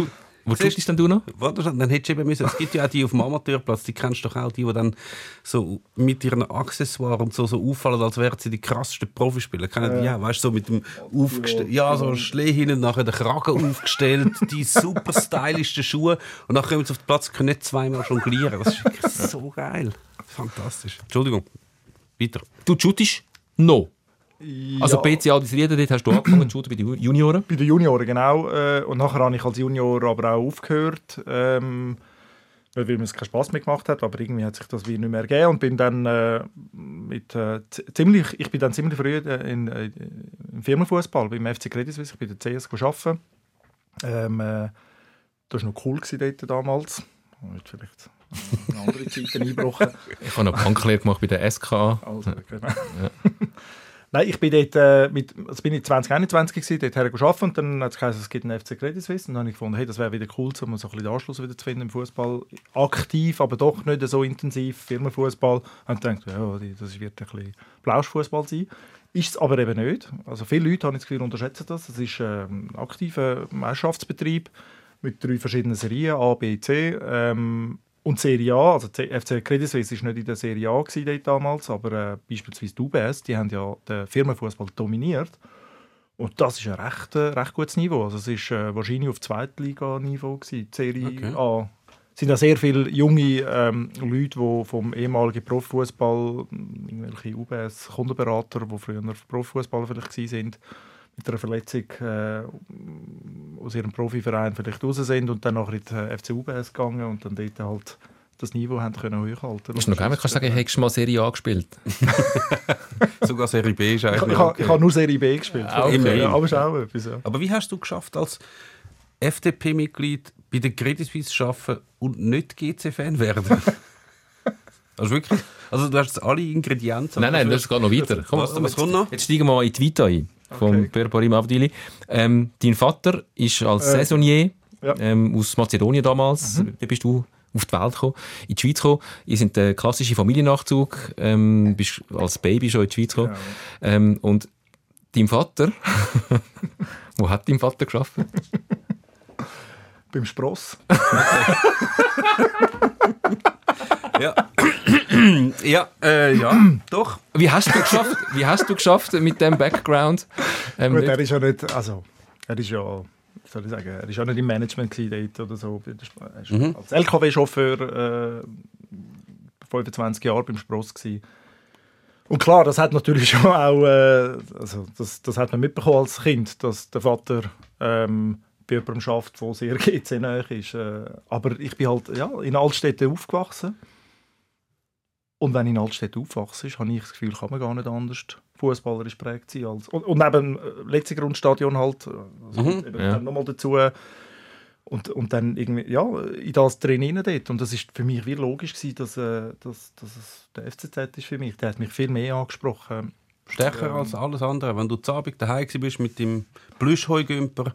Wo tust denn du noch? Warte, dann hättest du eben müssen. Es gibt ja auch die auf dem Amateurplatz, die kennst du doch auch, die, die dann so mit ihren Accessoires und so, so auffallen, als wären sie die krassesten Profispieler. Kennen die ja, weißt du, so mit dem aufgestellt, ja, so Schlee hinten, nachher den Kragen aufgestellt, die super stylischen Schuhe und dann kommen sie auf den Platz und können nicht zweimal jonglieren. Das ist wirklich so geil. Fantastisch. Entschuldigung. Weiter. Du shootest noch? Ja. Also B C Albisrieden, dort hast du angefangen zu shooten bei den Junioren? Bei den Junioren, genau. Äh, Und nachher habe ich als Junior aber auch aufgehört. Ähm, nicht, weil mir es keinen Spass mehr gemacht hat, aber irgendwie hat sich das wie nicht mehr ergeben. Und bin dann äh, mit äh, z- ziemlich, ich bin dann ziemlich früh äh, in, äh, im Firmenfußball beim F C Credit Suisse, ich bin der C S arbeiten. Ähm, äh, das war noch cool dort damals. Heute vielleicht eine andere Zeiten eingebrochen. Ich habe noch Banklehre gemacht bei der S K A. Also, genau. Ja. Nein, ich bin dort äh, mit, also bin ich zwanzig einundzwanzig gewesen, dort hergearbeitet und dann hat es geheißen, es gibt einen F C Credit Suisse und dann habe ich gefunden, hey, das wäre wieder cool, um so ein bisschen den Anschluss wieder zu finden im Fußball. Aktiv, aber doch nicht so intensiv, Firmenfußball. Und dann dachte ich, ja, das wird ein bisschen Blauschfußball sein. Ist es aber eben nicht. Also viele Leute, habe ich das Gefühl, unterschätzen das. Es ist äh, ein aktiver Meisterschaftsbetrieb mit drei verschiedenen Serien, A, B, C. Ähm, Und Serie A, also F C Credit Suisse war nicht in der Serie A dort damals, aber äh, beispielsweise die U B S, die haben ja den Firmenfußball dominiert. Und das ist ein recht, äh, recht gutes Niveau. Also es war äh, wahrscheinlich auf Zweitliga-Niveau gewesen, die Serie Okay. A. Es sind ja sehr viele junge ähm, Leute, die vom ehemaligen Profifußball, irgendwelche U B S-Kundenberater, die früher Profifußballer vielleicht waren, mit einer Verletzung äh, aus ihrem Profiverein vielleicht raus sind und dann nachher in die F C U B S gegangen und dann dort halt das Niveau haben können hochhalten. Ist noch geil, kannst du sagen, hättest du mal Serie A gespielt? Sogar Serie B ist Ich, eigentlich ich, ich, okay. ich habe nur Serie B gespielt. Ah, okay. Ja, aber ist auch etwas, ja. Aber wie hast du geschafft, als F D P-Mitglied bei der Credit Suisse zu arbeiten und nicht G C-Fan werden? Also wirklich? Also du hast jetzt alle Ingredienzen. Nein, nein, das geht noch weiter. Komm, Was, was kommt noch? Jetzt steigen wir mal in die Vita ein, vom Okay. Berbarim Avdili. Ähm, dein Vater ist als äh, Saisonnier ja. ähm, aus Mazedonien damals, mhm. da bist du auf die Welt gekommen, in die Schweiz gekommen. Ihr seid der klassische Familiennachzug, ähm, bist als Baby schon in die Schweiz gekommen. Genau. Ähm, und dein Vater, wo hat dein Vater gearbeitet? Beim Spross. Ja. ja, äh, ja, doch. Wie hast du geschafft? Wie hast du geschafft mit dem Background? Ähm, Gut, nicht- er ist ja nicht, also, er ist ja, wie soll ich sagen, er ist ja nicht im Management gewesen dort oder so. Er ist Mhm. als L K W-Chauffeur äh, fünfundzwanzig Jahre beim Spross gewesen. Und klar, das hat natürlich schon auch, äh, also das, das hat man mitbekommen als Kind, dass der Vater ähm, bei jemandem arbeitet, der sehr G C-nahe ist. Äh, aber ich bin halt ja, in Altstädten aufgewachsen. Und wenn ich in Altstädten aufwachse, habe ich das Gefühl, kann man gar nicht anders fußballerisch prägt sein. Als, und, und neben äh, letztes Grundstadion halt, also Mhm, eben ja. dann nochmal dazu. Und, und dann irgendwie, ja, in das drin rein dort. Und das ist für mich wie logisch gewesen, dass, äh, dass, dass es der F C Z ist für mich. Der hat mich viel mehr angesprochen. Stärker Ähm. als alles andere. Wenn du zu Abend daheim bist mit dem Plüschheugümper,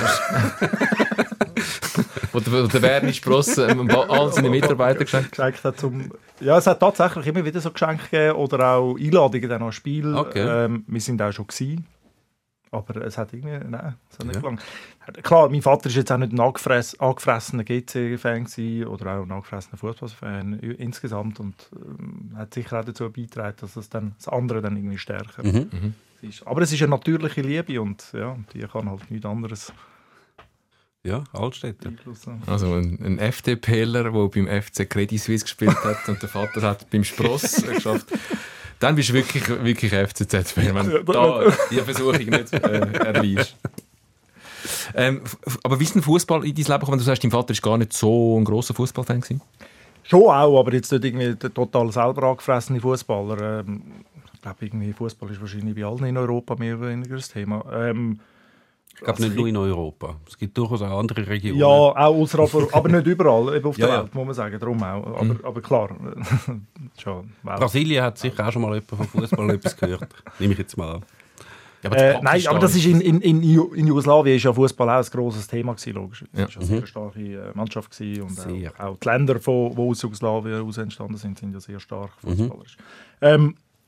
Wo der, wo der Werner Spross ähm, all seine Mitarbeiter geschenkt geschenkt hat zum ja, es hat tatsächlich immer wieder so Geschenke gegeben oder auch Einladungen dann an Spiel. Okay. Ähm, wir sind auch schon gewesen, aber es hat irgendwie, nein, es hat nicht Ja. gelangt. Klar, mein Vater ist jetzt auch nicht ein angefress, angefressener G C-Fan gewesen oder auch ein angefressener Fußballfan insgesamt und ähm, hat sicher auch dazu beigetragen, dass es dann das andere dann irgendwie stärker Mhm. ist. Aber es ist eine natürliche Liebe und ja, die kann halt nichts anderes ja, Altstädte. beeinflussen. Also ein, ein FDPler, der beim F C Credit Suisse gespielt hat und der Vater hat beim Spross geschafft. Dann bist du wirklich, wirklich F C Z-Fan, wenn du da die Versuchung nicht äh, erweist. Ähm, f- aber wie ist denn Fußball in dein Leben gekommen, wenn du sagst, dein Vater war gar nicht so ein grosser Fußballfan gewesen? Schon auch, aber jetzt nicht irgendwie der total selber angefressene Fußballer. Ähm, ich glaube, irgendwie Fußball ist wahrscheinlich bei allen in Europa mehr oder weniger das Thema. Ähm, Ich glaube nicht nur in Europa. Es gibt durchaus auch andere Regionen. ja, auch außerhalb, von- aber nicht überall eben auf der Ja, ja. Welt, muss man sagen. Darum auch. Aber, aber klar, schon. Wow. Brasilien hat sicher auch schon mal jemand von Fußball etwas gehört. Nehme ich jetzt mal an. Ja, aber Äh, nein, aber das ist in, in, in, Ju- in Jugoslawien ist ja Fußball auch ein grosses Thema gewesen, logisch. Es Ja. war eine sehr starke äh, Mannschaft gewesen und Sehr. auch, auch die Länder, die aus Jugoslawien heraus entstanden sind, sind ja sehr stark Mhm. fußballerisch. Ähm,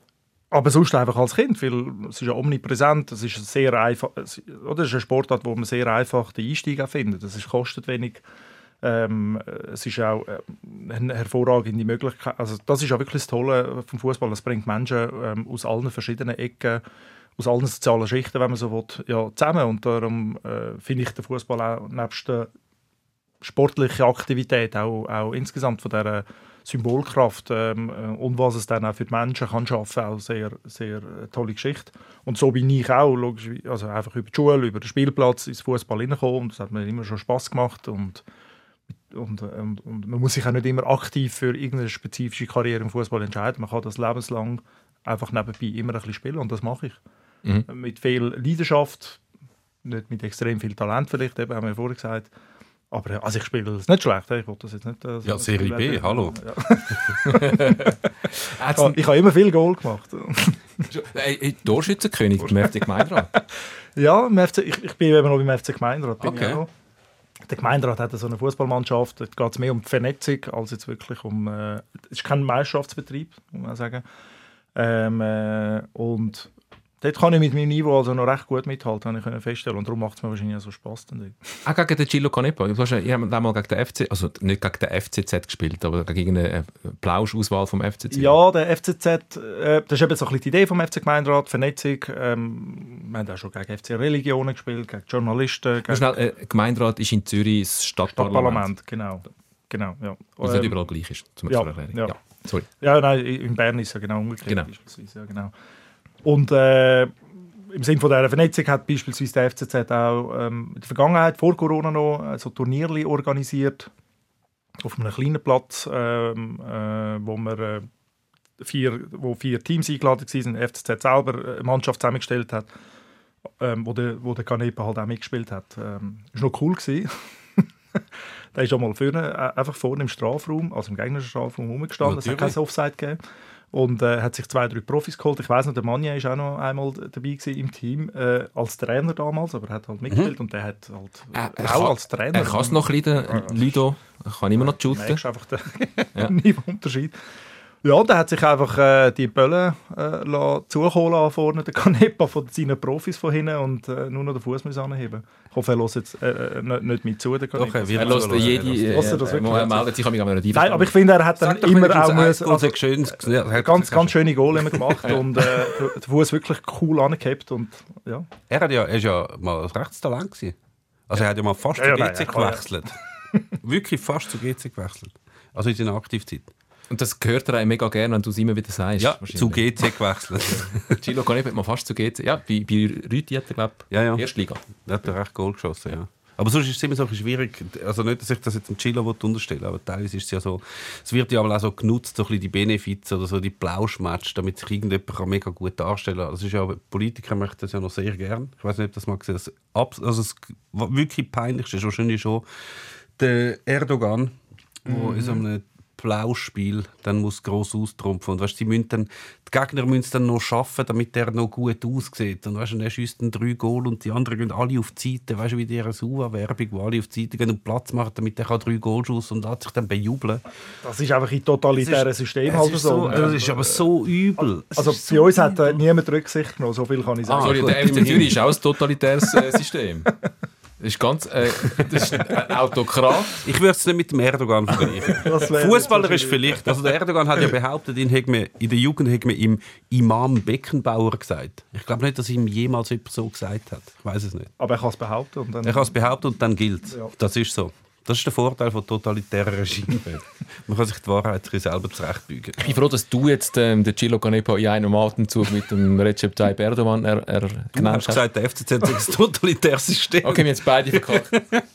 Aber sonst einfach als Kind, weil es ist ja omnipräsent, es ist sehr einfach, es, oder es ist eine Sportart, wo man sehr einfach den Einstieg auch findet. Es ist, kostet wenig, ähm, es ist auch äh, eine hervorragende Möglichkeit. Also das ist ja wirklich das Tolle vom Fußball. Es bringt Menschen ähm, aus allen verschiedenen Ecken, aus allen sozialen Schichten, wenn man so will, ja, zusammen. Und darum äh, finde ich den Fußball auch nebst der sportlichen Aktivität auch, auch insgesamt von dieser Symbolkraft ähm, und was es dann auch für die Menschen kann schaffen, auch sehr, sehr tolle Geschichte. Und so bin ich auch, logisch, also einfach über die Schule, über den Spielplatz ins Fußball hineingekommen und das hat mir immer schon Spass gemacht und, und, und, und man muss sich auch nicht immer aktiv für irgendeine spezifische Karriere im Fußball entscheiden. Man kann das lebenslang einfach nebenbei immer ein bisschen spielen und das mache ich. Mhm. Mit viel Leidenschaft, nicht mit extrem viel Talent vielleicht, eben, haben wir ja vorhin gesagt. Aber also ich spiele das nicht schlecht. Ich wollte das jetzt nicht. Äh, so ja, Serie B, werden. Hallo. Ja. ich habe immer viel Goal gemacht. Torschützenkönig beim F C Gemeinderat. Ja, im F C, ich, ich bin eben noch beim F C Gemeinderat. Okay. Noch. Der Gemeinderat hat so eine Fußballmannschaft. Dort geht es mehr um die Vernetzung als jetzt wirklich um. Äh, es ist kein Meisterschaftsbetrieb, muss man sagen. Ähm, äh, und dort kann ich mit meinem Niveau also noch recht gut mithalten, habe ich können feststellen. Und darum macht es mir wahrscheinlich auch so Spass. Auch gegen den Gillo Canepa. Du hast ja einmal gegen den F C, also nicht gegen den F C Z gespielt, aber gegen eine Plauschauswahl vom F C Z. Ja, der F C Z, äh, das ist eben so ein bisschen die Idee vom F C Gemeinderat, Vernetzung. Ähm, wir haben auch schon gegen F C Religionen gespielt, gegen Journalisten. Gegen schnell, äh, Gemeinderat ist in Zürich das Stadtparlament. Stadtparlament, genau. genau ja. Was ähm, nicht überall gleich ist, zum ja, Erklären. Ja. Ja, sorry. Ja, nein, in Bern ist es ja genau umgekehrt. Genau. Beispielsweise, ja, genau. Und äh, im Sinne von dieser Vernetzung hat beispielsweise der F C Z auch ähm, in der Vergangenheit, vor Corona noch, äh, so Turnierli organisiert auf einem kleinen Platz, ähm, äh, wo, wir, äh, vier, wo vier Teams eingeladen waren, der F C Z selber eine Mannschaft zusammengestellt hat, ähm, wo der, wo der Canepa halt auch mitgespielt hat. Ähm, das war noch cool gewesen. Der ist auch mal vorne, einfach vorne im Strafraum, also im gegnerischen Strafraum rumgestanden. Es hat kein Offside gegeben. Und äh, hat sich zwei, drei Profis geholt. Ich weiss noch, der Manja war auch noch einmal dabei gewesen im Team, äh, als Trainer damals, aber er hat halt mitgespielt mhm. und der hat halt äh, auch kann, als Trainer. Er kann es noch leiden, Ludo, er kann immer noch shooten. Das ist einfach der ja. Niveau-Unterschied. Ja, und er hat sich einfach äh, die Bälle äh, zukommen lassen vorne, der Canepa von seinen Profis von hinten und äh, nur noch den Fuß anheben. Ich hoffe, er hört jetzt äh, nicht, nicht mit zu, der Canepa. Doch, er hört jede... Er das wirklich? Er meldet sich an mich an einer Nein, aber ich finde, er hat dann immer auch... Müssen, also, schön, ja, ganz, ganz schöne Goal immer gemacht und äh, den Fuß wirklich cool angehabt und ja. Er hat ja, er ist ja mal ein Rechtstalent gewesen. Also er hat ja mal fast ja, zu ja, G C nein, gewechselt. Wirklich fast zu G C gewechselt. Also in seiner Aktivzeit. Und das gehört er mega gerne, wenn du es immer wieder sagst. Ja, zu G C gewechselt. Gillo Canepa hat mal fast zu G C. Ja, bei, bei Rüti hat er, glaube ich, ja, ja. Erstliga. Er hat recht Goal geschossen, ja. Aber sonst ist es immer so schwierig, also nicht, dass ich das jetzt dem Gillo unterstellen will, aber teilweise ist es ja so, es wird ja auch so genutzt, so ein bisschen die Benefits oder so die Plauschmatch, damit sich irgendjemand mega gut darstellen kann. Das ist ja, Politiker möchten das ja noch sehr gern. Ich weiß nicht, ob das mal gesehen das, also das wirklich Peinlichste ist wahrscheinlich schon der Erdogan, der mhm. in so einem Plauschspiel dann muss gross austrumpfen. Und weißt, die, müssen dann, die Gegner müssen es dann noch schaffen, damit der noch gut aussieht. Und weißt, er schießt dann drei Goal und die anderen gehen alle auf die Seite. Weißt du, wie die S U A-Werbung, wo alle auf die Seite gehen und Platz machen, damit er drei Goal schießen und hat sich dann bejubeln. Das ist einfach ein totalitäres System. Das halt ist, so. so, das ist aber so übel. Also bei so uns hat äh, niemand Rücksicht genommen, so viel kann ich sagen. Ah, sorry, der F C Zürich ist auch ein totalitäres äh, System. Das ist ganz äh, das ist ein Autokrat. Ich würde es nicht mit dem Erdogan vergleichen. Fußballer ist vielleicht. Also der Erdogan hat ja behauptet, ihn hat man, in der Jugend hat man ihm Imam Beckenbauer gesagt. Ich glaube nicht, dass ihm jemals jemand so gesagt hat. Ich weiß es nicht. Aber er kann es behaupten. Und dann er kann es behaupten und dann gilt. Ja. Das ist so. Das ist der Vorteil von totalitären Regimen. Man kann sich die Wahrheit selber zurechtbügen. Ich bin froh, dass du jetzt ähm, den Gillo Canepa in einem Atemzug mit dem Recep Tayyip Erdogan er, er genannt hast. Du hast gesagt, der F C Z ist ein totalitäres System. Okay, wir haben jetzt beide verkackt.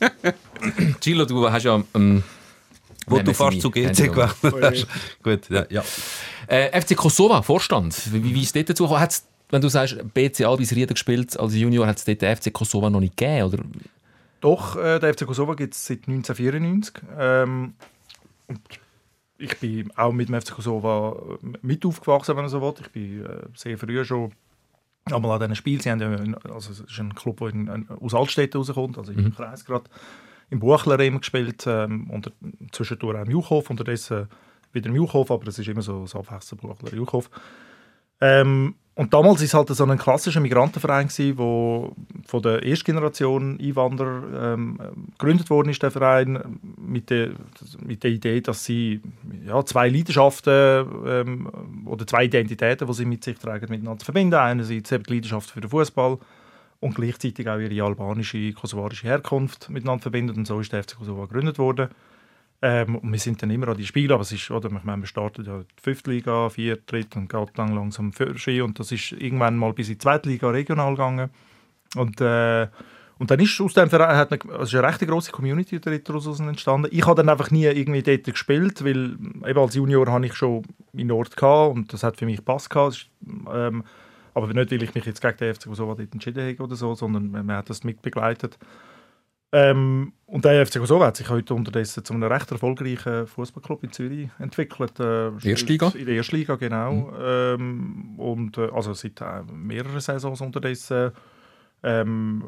Gillo, du hast ja... Ähm, Wo du fast zu G C gewechselt hast. Gut, ja. ja. Äh, F C Kosova, Vorstand. Wie, wie ist es dort dazu gekommen? Hat's, wenn du sagst, B C Albis Rieden gespielt als Junior, hat es dort den F C Kosova noch nicht gegeben, oder? Doch, äh, der F C Kosova gibt es seit neunzehnhundertvierundneunzig. Ähm, und ich bin auch mit dem F C Kosova mit aufgewachsen, wenn man so will. Ich bin äh, sehr früh schon einmal an diesen Spielen. Sie haben ja, also es ist ein Club, der in, in, aus Altstädten rauskommt, also im mhm. Kreis gerade. Im Buchler immer gespielt, ähm, und zwischendurch auch im Juchhof, unterdessen wieder im Juchhof, aber es ist immer so, so abwechselnd Buchler, Juchhof. Ähm, und damals war es halt so ein klassischer Migrantenverein, der von der ersten Generation Einwanderer ähm, gegründet worden ist, der Verein, mit der, mit der Idee, dass sie ja, zwei Leidenschaften ähm, oder zwei Identitäten, die sie mit sich tragen, miteinander verbinden. Einerseits eben die Leidenschaft für den Fußball und gleichzeitig auch ihre albanische, kosovarische Herkunft miteinander verbinden. Und so ist der F C Kosova gegründet worden. Ähm, und wir sind dann immer an die Spiele, aber es ist, oder, ich meine, wir starten ja die fünfte Liga, vierte, dritte und geht dann langsam für Ski und das ist irgendwann mal bis in die zweite Liga regional gegangen. Und, äh, und dann ist aus dem Verein hat eine, also ist eine recht grosse Community daraus entstanden. Ich habe dann einfach nie irgendwie dort gespielt, weil eben als Junior habe ich schon in Nord gehabt und das hat für mich Pass gehabt. Ist, ähm, aber nicht, weil ich mich jetzt gegen den F C Kosova dort entschieden habe oder so, sondern man hat das mitbegleitet. Ähm, und der F C Kosova hat sich heute unterdessen zu einem recht erfolgreichen Fußballclub in Zürich entwickelt. Äh, Erstliga? In der Erstliga, genau. Mhm. Ähm, und, äh, also seit äh, mehreren Saisons unterdessen. Ähm,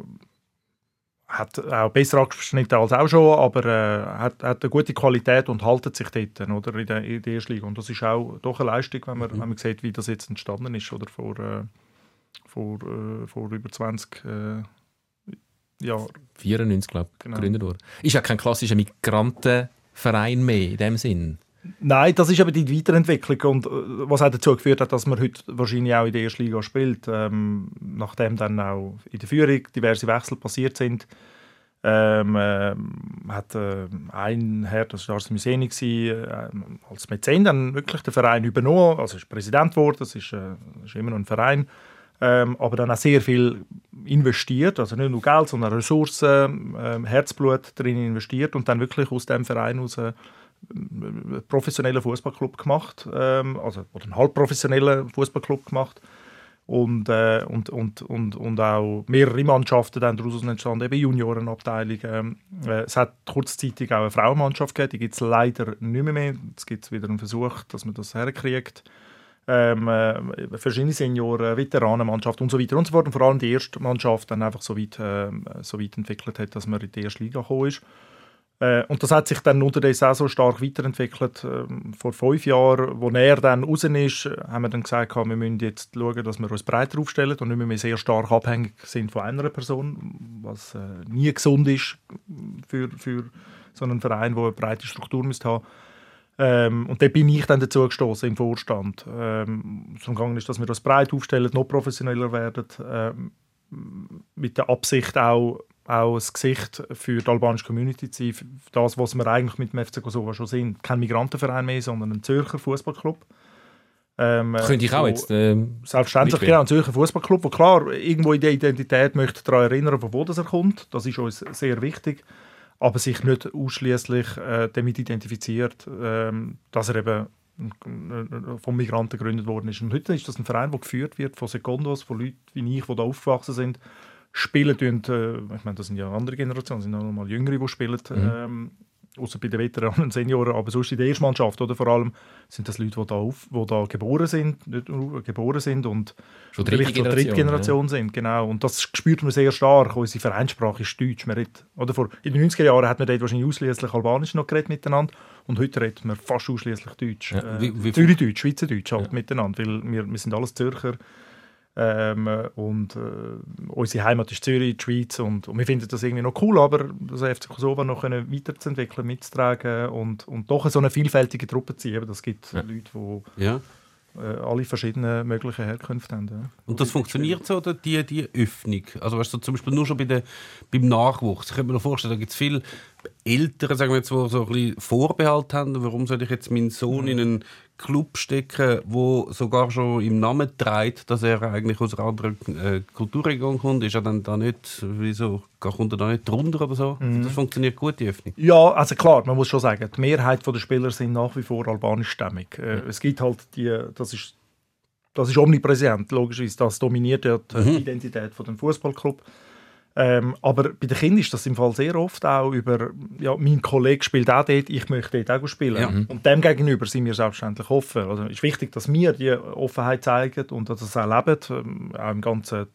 hat auch besser abgeschnitten als auch schon, aber äh, hat, hat eine gute Qualität und haltet sich dort, oder, in der, in der Erstliga. Und das ist auch doch eine Leistung, wenn man, mhm. wenn man sieht, wie das jetzt entstanden ist, oder vor, äh, vor, äh, vor über zwanzig äh, Ja, vierundneunzig, glaube ich, genau. gegründet worden. Ist ja kein klassischer Migrantenverein mehr in dem Sinn. Nein, das ist aber die Weiterentwicklung und was auch dazu geführt hat, dass man heute wahrscheinlich auch in der ersten Liga spielt. Ähm, nachdem dann auch in der Führung diverse Wechsel passiert sind, ähm, äh, hat äh, ein Herr, das war Ars Myseni, äh, als Mäzen dann wirklich den Verein übernommen, also ist Präsident geworden, das ist, äh, ist immer noch ein Verein. Ähm, aber dann auch sehr viel investiert, also nicht nur Geld, sondern Ressourcen, ähm, Herzblut drin investiert und dann wirklich aus dem Verein aus einen professionellen Fußballclub gemacht, ähm, also oder einen halbprofessionellen Fußballclub gemacht und, äh, und, und, und, und auch mehrere Mannschaften dann daraus entstanden, eben Juniorenabteilungen. Äh, es hat kurzzeitig auch eine Frauenmannschaft gegeben, die gibt es leider nicht mehr, mehr. Jetzt gibt es wieder einen Versuch, dass man das herkriegt. Ähm, äh, verschiedene Senioren, Veteranenmannschaft und so weiter und so fort. Und vor allem die erste Mannschaft dann einfach so weit, äh, so weit entwickelt hat, dass man in die erste Liga gekommen ist. Äh, und das hat sich dann unterdessen auch so stark weiterentwickelt. Äh, vor fünf Jahren, als er dann raus ist, haben wir dann gesagt, wir müssen jetzt schauen, dass wir uns breiter aufstellen und nicht mehr sehr stark abhängig sind von einer Person, was äh, nie gesund ist für, für so einen Verein, der eine breite Struktur müsste haben. Ähm, und da bin ich dann dazu gestoßen im Vorstand. Ähm, zum Gang ist, dass wir das breit aufstellen, noch professioneller werden, ähm, mit der Absicht auch, auch ein Gesicht für die albanische Community zu sein, für das, was wir eigentlich mit dem F C Kosova schon sind. Kein Migrantenverein mehr, sondern ein Zürcher Fußballclub. Ähm, Könnte ich auch jetzt ähm, Selbstverständlich, genau, ein Zürcher Fußballclub, der klar irgendwo in der Identität möchte daran erinnern, von wo das er kommt. Das ist uns sehr wichtig. Aber sich nicht ausschließlich äh, damit identifiziert, ähm, dass er eben äh, von Migranten gegründet worden ist. Und heute ist das ein Verein, der geführt wird von Sekundos, von Leuten wie ich, die da aufgewachsen sind, spielen. Und, äh, ich meine, das sind ja andere Generationen, das sind auch noch mal Jüngere, die spielen, mhm. ähm, außer bei den Veteranen und Senioren, aber sonst in der Erstmannschaft, oder vor allem sind das Leute, die da, auf, die da geboren sind, nicht nur geboren sind und schon dritte vielleicht dritte Generation ja. sind, genau. Und das spürt man sehr stark. Unsere Vereinssprache ist Deutsch. Man redet, oder vor, in den neunziger Jahren hat man dort wahrscheinlich ausschließlich Albanisch noch geredet miteinander und heute redet man fast ausschließlich Deutsch. Ja, wie, wie, äh, Zürichdeutsch, Schweizerdeutsch halt ja. miteinander, weil wir, wir sind alles Zürcher. Ähm, und äh, unsere Heimat ist Zürich, die Schweiz und, und wir finden das irgendwie noch cool, aber das F C Kosova noch weiterzuentwickeln, mitzutragen und, und doch so eine vielfältige Truppe zu ziehen. Das gibt ja. Leute, die ja. äh, alle verschiedenen möglichen Herkünfte haben. Ja. Und das funktioniert so, oder die, die Öffnung? Also weißt du, zum Beispiel nur schon bei der, beim Nachwuchs. Ich könnte mir noch vorstellen, da gibt es viele Eltern, sagen wir jetzt, die so ein bisschen Vorbehalt haben. Warum soll ich jetzt meinen Sohn mhm. in einen Club stecken, wo sogar schon im Namen trägt, dass er eigentlich aus einer anderen äh, Kulturregion kommt? Ist er dann da nicht, wieso kommt er da nicht drunter oder so? Mhm. Das funktioniert gut, die Öffnung. Ja, also klar, man muss schon sagen, die Mehrheit der Spieler sind nach wie vor albanischstämmig. Äh, mhm. Es gibt halt die, das ist, das ist omnipräsent, logischerweise, das dominiert ja die mhm. Identität von dem Fußballclub. Ähm, aber bei den Kindern ist das im Fall sehr oft auch über, ja, mein Kollege spielt auch dort, ich möchte dort auch spielen. Ja. Und dem gegenüber sind wir selbstverständlich offen. Also es ist wichtig, dass wir die Offenheit zeigen und dass das auch leben, auch im ganzen,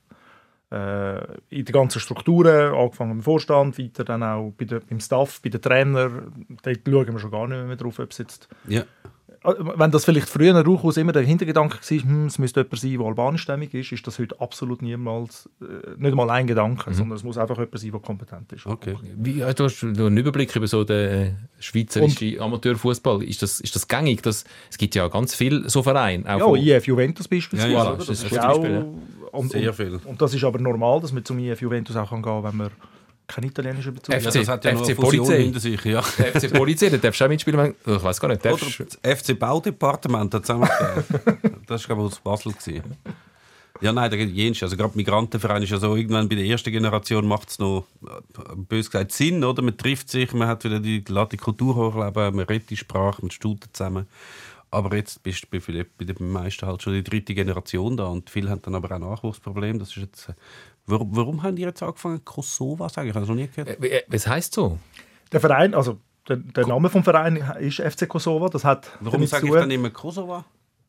äh, in den ganzen Strukturen, angefangen im Vorstand, weiter dann auch bei der, beim Staff, bei den Trainern. Dort schauen wir schon gar nicht mehr drauf, ob es jetzt... Ja. wenn das vielleicht früher durchaus immer der Hintergedanke war, hm, es müsste jemand sein, der albanischstämmig ist, ist das heute absolut niemals, äh, nicht mal ein Gedanke, mhm. sondern es muss einfach jemand sein, der kompetent ist. Okay. Wie, du hast einen Überblick über so den schweizerischen Amateurfußball. Ist das, ist das gängig? Das, es gibt ja ganz viele so Vereine. Auch ja, von I F Juventus beispielsweise. Ja, ja, das, das ist ist auch, Beispiel, ja. und, Sehr und, viel. Und das ist aber normal, dass man zum I F Juventus auch gehen kann, wenn man kein italienischer Bezug hat. Ja, das hat ja noch F C eine Fusion Polizei. hinter sich. Ja. Der F C Polizei, da darfst du auch mitspielen. Ich weiß gar nicht. Oder Darfst... das F C Baudepartement hat zusammengegeben. Das war, glaube ich, aus Basel gewesen. Ja, nein, da geht jenst. Also gerade Migrantenverein ist ja so, irgendwann bei der ersten Generation macht es noch, bös gesagt, Sinn, oder? Man trifft sich, man hat wieder die, die Kultur hochleben, man redet die Sprache, man studiert zusammen. Aber jetzt bist du bei, bei den meisten halt schon die dritte Generation da und viele haben dann aber auch Nachwuchsprobleme. Das ist jetzt, warum, warum haben die jetzt angefangen, Kosovo zu sagen? Ich habe das noch nie gehört. Äh, was heisst so? Der Verein, also der, der Name des Vereins ist F C Kosovo. Das hat warum sage ich dann immer Kosovo?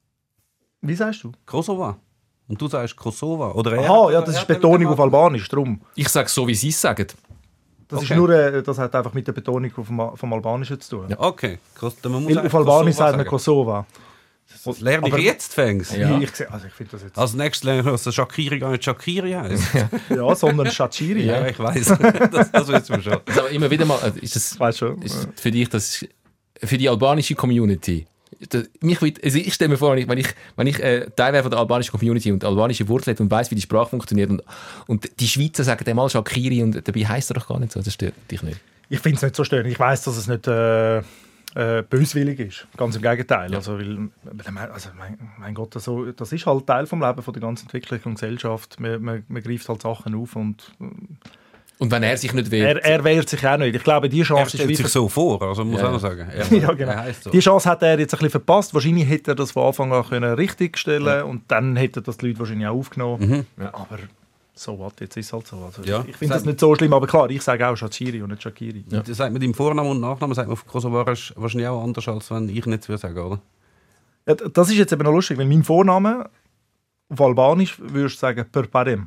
Wie sagst du? Kosovo. Und du sagst Kosovo. Oder er Aha, hat, ja, das ist Betonung auf Albanisch, darum. Ich sage so, wie sie es sagen. Das, okay. ist nur, äh, das hat einfach mit der Betonung vom, vom Albanischen zu tun. Ja. Okay. Man muss Weil auf Albanisch sagt man Kosovo. Das lerne ich jetzt fängst. Ja. Ich, also ich finde das jetzt... Als nächstes lerne ich, dass der Shakiri gar nicht Shakiri heißt. Ja, sondern Shachiri. Ja, ich weiss. das, das wissen wir schon. Also, aber immer wieder mal, ist das, weißt schon. Ist für dich das, für die albanische Community, das, mich, also ich stelle mir vor, wenn ich, wenn ich, wenn ich äh, Teil wäre von der albanischen Community und albanische Wurzeln und weiss, wie die Sprache funktioniert und, und die Schweizer sagen einmal Shakiri und dabei heisst er doch gar nicht so, das stört dich nicht. Ich finde es nicht so störend. Ich weiss, dass es nicht äh, äh, böswillig ist. Ganz im Gegenteil. Ja. Also, weil, also mein, mein Gott, das, so, das ist halt Teil des Lebens, von der ganzen Entwicklung und Gesellschaft. Man, man, man greift halt Sachen auf und... Und wenn er sich nicht wehrt? Er, er wehrt sich auch nicht. Ich glaube, die Chance er stellt ist sich so vor, also muss ja. auch noch sagen. Er, ja, genau. So. Die Chance hat er jetzt ein bisschen verpasst. Wahrscheinlich hätte er das von Anfang an können richtig stellen ja. und dann hätte das die Leute wahrscheinlich auch aufgenommen. Mhm. Ja. Aber so was, jetzt ist es halt so. Also ja. Ich finde das nicht so schlimm, aber klar, ich sage auch Shachiri und nicht Shakiri. Ja. Das sagt man im Vornamen und Nachnamen sagt man auf Kosovarisch wahrscheinlich auch anders, als wenn ich nicht würde sagen, oder? Ja, das ist jetzt eben noch lustig, weil mein Vorname auf Albanisch würdest du sagen Perparem.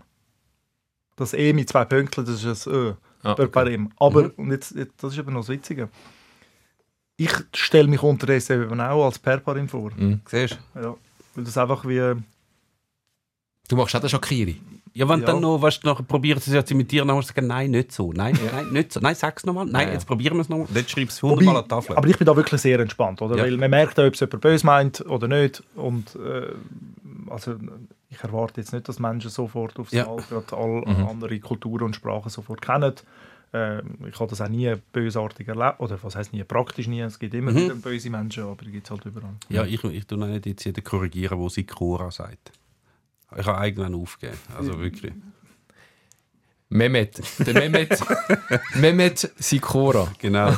Das E mit zwei Pünktchen, das ist ein Ö. Ah, okay. Aber, mhm. und jetzt, jetzt, das ist eben noch das Witzige, ich stelle mich unterdessen eben auch als Perparim vor. Mhm. Siehst du? Ja, weil das einfach wie... Du machst auch den Shakiri? Ja, wenn ja. dann noch, weißt du, nachher probiert es ja zu imitieren, dann musst du sagen, nein, nicht so. Nein, ja. nein, nicht so. Nein, sag's nochmal. Nein, ja. jetzt probieren wir es nochmal. Jetzt schreibst du hundertmal an die Tafel. Aber ich bin da wirklich sehr entspannt, oder? Ja. Weil man merkt auch, ob es jemand böse meint oder nicht. Und äh, also... Ich erwarte jetzt nicht, dass Menschen sofort aufs ja. Mal gerade alle mhm. andere Kulturen und Sprachen sofort kennen. Äh, ich habe das auch nie bösartig erlebt. Oder was heisst nie? Praktisch nie. Es gibt immer mhm. wieder böse Menschen, aber die gibt es halt überall. Ja, ich, ich tue nicht jetzt jeden korrigieren, der Sikora sagt. Ich habe irgendwann aufgegeben. Also wirklich. Mehmet. Der Mehmet. Mehmet Sikora. Genau.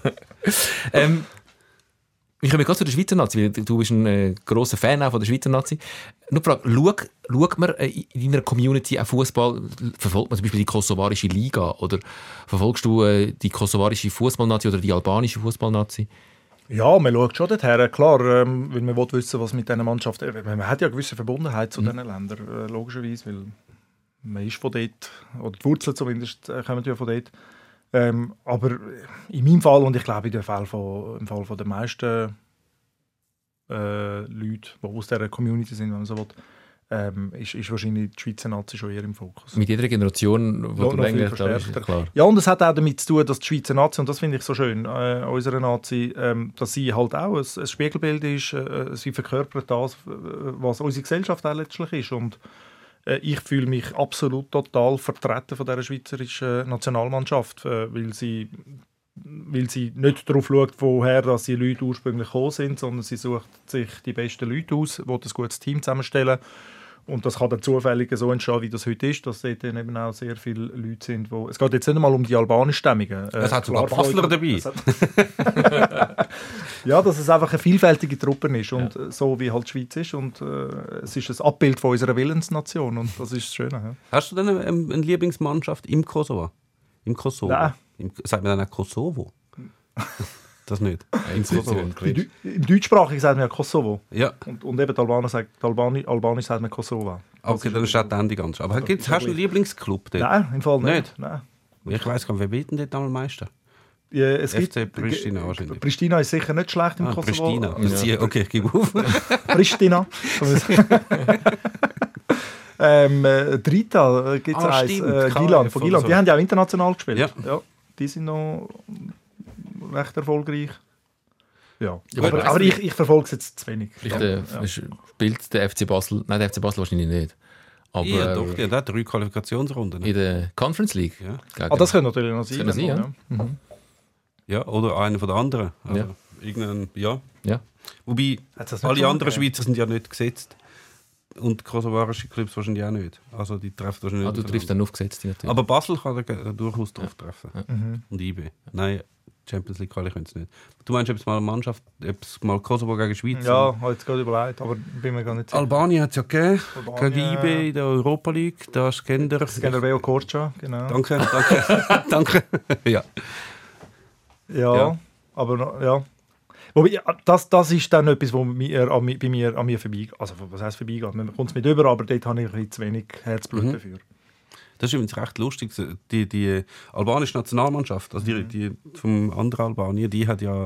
ähm, Ich komme gerade zu der Schweizer Nazi, weil du bist ein äh, grosser Fan auch von der Schweizer Nazi. Nur die Frage, schaut, schaut man äh, in deiner Community auch Fußball, verfolgt man zum Beispiel die kosovarische Liga oder verfolgst du äh, die kosovarische Fußballnazi oder die albanische Fußballnazi? Ja, man schaut schon dorthin, klar, ähm, weil man will wissen, was mit diesen Mannschaften... Man hat ja eine gewisse Verbundenheit zu mhm. diesen Ländern, äh, logischerweise, weil man ist von dort, oder die Wurzeln zumindest äh, kommen ja von dort. Ähm, aber in meinem Fall, und ich glaube in dem Fall von, im Fall von den meisten äh, Leuten, die aus dieser Community sind, wenn man so will, ähm, ist, ist wahrscheinlich die Schweizer Nazi schon eher im Fokus. Mit jeder Generation, wo du länger ist, klar. Ja, und es hat auch damit zu tun, dass die Schweizer Nazi, und das finde ich so schön, äh, unserer Nazi, ähm, dass sie halt auch ein, ein Spiegelbild ist, äh, sie verkörpert das, was unsere Gesellschaft auch letztlich ist. Und ich fühle mich absolut total vertreten von dieser schweizerischen Nationalmannschaft, weil sie, weil sie nicht darauf schaut, woher dass die Leute ursprünglich gekommen sind, sondern sie sucht sich die besten Leute aus, die ein gutes Team zusammenstellen. Und das kann dann zufällig so entstehen, wie das heute ist, dass dort dann eben auch sehr viele Leute sind, wo... Es geht jetzt nicht einmal um die albanischstämmigen. Es äh, hat sogar Basler dabei. Ja, dass es einfach eine vielfältige Truppe ist und ja. so wie halt die Schweiz ist und äh, es ist ein Abbild von unserer Willensnation und das ist das Schöne. Ja. Hast du denn eine, eine Lieblingsmannschaft im Kosovo? Im Kosovo? Nein. Im, sagt man dann auch Kosovo? Das nicht. Im, Kosovo. Im, Im Deutschsprachigen sagt man ja Kosovo. Ja. Und, und eben die Albaner sagt, Albani, Albanisch sagt man Kosovo. Okay, dann steht dann die ganze. Aber gibt's, hast du einen Lieblingsclub dort? Nein, im Fall nicht. nicht? Nein. Ich weiss gar nicht, wer wird denn dort am meisten? Ja, es F C gibt, Pristina wahrscheinlich. Pristina ist sicher nicht schlecht im Ah, Kosovo. Pristina. Ja. Okay, ich gebe auf. Pristina. ähm, äh, Drita gibt es Ah, eins. stimmt. Äh, K F Gilan, von oder Gilan. so. Die haben ja auch international gespielt. Ja. Ja, die sind noch recht erfolgreich. Ja. Ja, aber aber aber ich, ich verfolge es jetzt zu wenig. Vielleicht ja. äh, Ja. spielt der F C Basel, nein, der F C Basel wahrscheinlich nicht. Aber Ja, doch, äh, die haben auch drei Qualifikationsrunden. in der Conference League. Ja. Gegen- Ah, das könnte natürlich noch sein. Das könnte sein, ja. ja. Mhm. Ja, oder einer von den anderen. Also, Ja. irgendein, ja. Ja. Wobei, Hat's das nicht alle schon anderen gegeben? Schweizer sind ja nicht gesetzt. Und kosovarische Clubs wahrscheinlich auch nicht. Also die treffen wahrscheinlich Ah, du nicht triffst dann aufgesetzt natürlich. Aber Basel kann er durchaus drauf treffen. Mhm. Und I B. Nein, Champions League kann ich es nicht. Du meinst, ob es mal eine Mannschaft, ob es mal Kosovo gegen Schweiz Ja, habe jetzt gerade überlegt, aber bin mir gar nicht sicher. Albanien hat es ja gegeben, Albanien- gegen I B in der Europa League. Da ist Gender. Generveo Corcia, genau. Danke, danke, danke. Ja. Ja, Ja. aber noch- ja. Wobei, ja, das, das ist dann etwas, was mir, an, mi- bei mir, an mir vorbeigeht. Also, was heisst vorbeigeht? Man kommt es mit über, aber dort habe ich ein bisschen zu wenig Herzblut Mhm. dafür. Das ist übrigens recht lustig. Die, die albanische Nationalmannschaft, also die, die vom anderen Albanien, die hat ja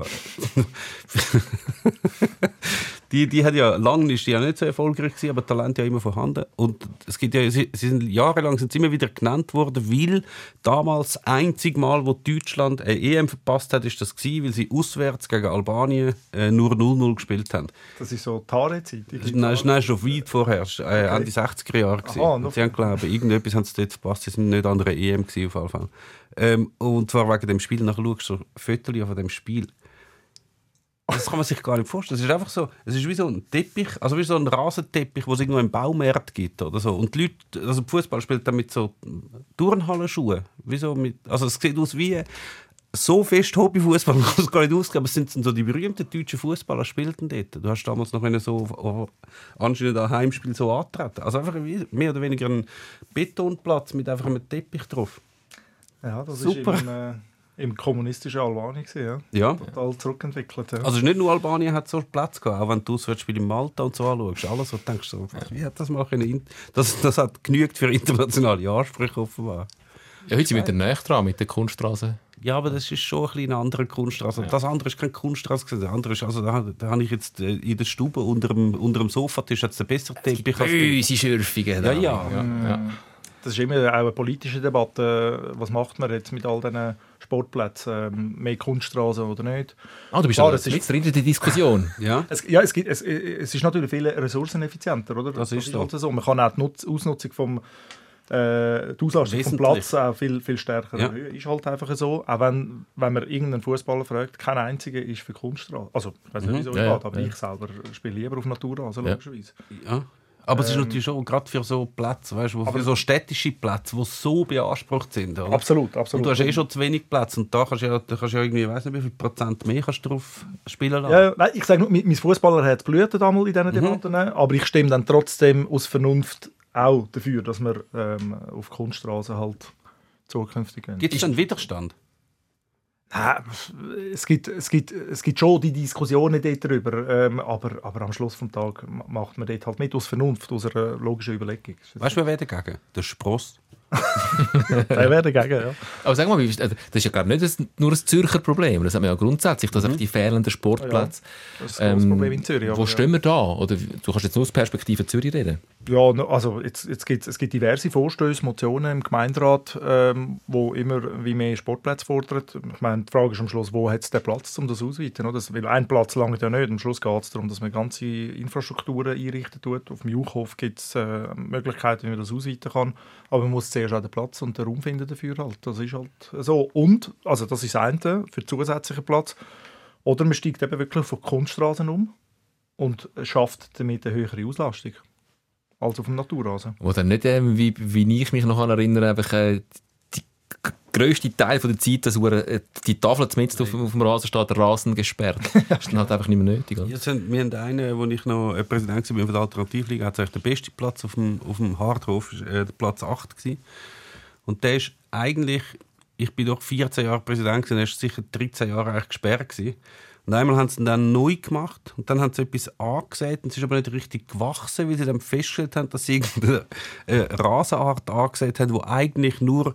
die, die hat ja lange ist die ja nicht so erfolgreich gewesen, aber Talent ja immer vorhanden. Und es gibt ja, sie, sie sind jahrelang sind sie immer wieder genannt worden, weil damals das einzige Mal, wo Deutschland eine E M verpasst hat, ist das gewesen, weil sie auswärts gegen Albanien äh, nur null null gespielt haben. Das ist so Tare-Zeit. Nein, das war schon weit vorher, das war äh, Ende sechziger Jahre. gewesen. Aha, Und noch- sie haben geglaubt, irgendetwas haben sie dort verpasst, sie sind nicht an einer E M gewesen, auf jeden Fall. Ähm, und zwar wegen dem Spiel, nachher schaust du so Fotos von dem Spiel. Das kann man sich gar nicht vorstellen. Es ist einfach so, es ist wie so ein Teppich, also wie so ein Rasenteppich, den es irgendwo im Baumarkt gibt oder so. Und die Leute, also der Fußball spielt dann mit so Turnhallenschuhen. Wie so mit, also es sieht aus wie so fest Hobbyfußball, man kann es gar nicht ausgeben, aber es sind so die berühmten deutschen Fußballer spielten dort. Du hast damals noch wenn so oh, anscheinend ein Heimspiel so antreten. Also einfach wie, mehr oder weniger ein Betonplatz mit einfach einem Teppich drauf. Ja, das Super. ist im, äh, im kommunistischen Albanien gewesen, ja. Ja. Total zurückentwickelt. Ja. Also es ist nicht nur Albanien hat so Platz gehabt, auch wenn du Auswärtsspiele in Malta und so anschaust, alles so denkst du, so, wie hat das mal können, das, das hat genügt für internationale Ansprüche offenbar. Ja, heute sind wir wieder näher dran mit der Kunststraße. Ja, aber das ist schon ein bisschen eine andere Kunststraße. Das andere ist keine Kunststraße gewesen. Das andere ist, also da, da habe ich jetzt äh, in der Stube unter dem, unter dem Sofatisch hat's einen besseren Teppich. als die- Böse Schürfungen. Ja, ja. ja, ja. Das ist immer auch eine politische Debatte. Was macht man jetzt mit all diesen Sportplätzen? Ähm, mehr Kunststraßen oder nicht? Ah, du bist Klar, ja es ist- mit drin in der Diskussion. Ja. Es, ja, es, gibt, es, es ist natürlich viel ressourceneffizienter, oder? Das ist so. halt so. Man kann auch die Nutz, Ausnutzung vom äh, die Auslastung vom Wesentlich. Platz auch viel, viel stärker Ja. erhöhen. Ist halt einfach so. Auch wenn, wenn man irgendeinen Fußballer fragt, kein einziger ist für Kunststraße. Also, ich weiß nicht, Mhm. wieso Ja, es geht, aber ja. ich selber spiele lieber auf Naturrasen, Ja. logischerweise. Ja. Aber es ist Ähm, natürlich schon gerade für so Plätze, weißt du, aber- für so städtische Plätze, die so beansprucht sind. Oder? Absolut, Und absolut. du hast eh schon zu wenig Platz und da kannst du ja, da kannst du ja irgendwie, ich weiß nicht, wie viel Prozent mehr kannst du drauf spielen lassen. Ja, ja, nein, ich sage nur, mein mein Fußballerherz blüht einmal in diesen Mhm. Debatten, aber ich stimme dann trotzdem aus Vernunft auch dafür, dass wir ähm, auf Kunststraßen halt zukünftig gehen. Gibt es dann Widerstand? Nein, es, gibt, es, gibt, es gibt schon die Diskussionen dort darüber, ähm, aber, aber am Schluss des Tages macht man dort halt mit aus Vernunft, aus einer logischen Überlegung. Weißt du, wer wäre dagegen? Der Spross. Der wäre dagegen, ja. Aber sag mal, wie- das ist ja glaube ich nicht ein- nur ein Zürcher Problem. Das hat man ja grundsätzlich, dass einfach die fehlenden Sportplätze. Das ist ein grosses Ähm, Problem in Zürich. Wo aber, stehen wir da? Oder du kannst jetzt nur aus Perspektive Zürich reden. Ja, no- also jetzt, jetzt gibt's, es gibt diverse Vorstöße, Motionen im Gemeinderat, ähm, wo immer wie mehr Sportplätze fordern. Ich meine, die Frage ist am Schluss, wo hat es den Platz, um das auszuweiten? Oder? Das- Weil ein Platz langt ja nicht. Am Schluss geht es darum, dass man ganze Infrastrukturen einrichten tut. Auf dem Juchhof gibt es äh, Möglichkeiten, wie man das ausweiten kann. Aber man muss zuerst auch den Platz und den Raum finden dafür. Halt. Das ist halt so. Und, also das ist das eine, für zusätzlichen Platz. Oder man steigt eben wirklich von Kunststraßen um und schafft damit eine höhere Auslastung als auf dem Naturrasen. Wo dann nicht, ähm, wie, wie ich mich noch an erinnere, einfach äh, die g- grösste Teil von der Zeit, dass äh, die Tafel mitten auf, auf dem Rasen steht, der Rasen gesperrt. Das ist dann halt einfach nicht mehr nötig. Oder? Jetzt haben, wir haben einen, wo ich noch äh, Präsident war von der Alternativliga, hat eigentlich der beste Platz auf dem, auf dem Hardhof, ist, äh, der Platz acht gewesen. Und der ist eigentlich, ich bin doch vierzehn Jahre Präsident gewesen, der ist sicher dreizehn Jahre eigentlich gesperrt gewesen. Und einmal haben sie ihn dann neu gemacht und dann haben sie etwas angesät und es ist aber nicht richtig gewachsen, weil sie dann festgestellt haben, dass sie irgendeine äh, Rasenart angesät haben, die eigentlich nur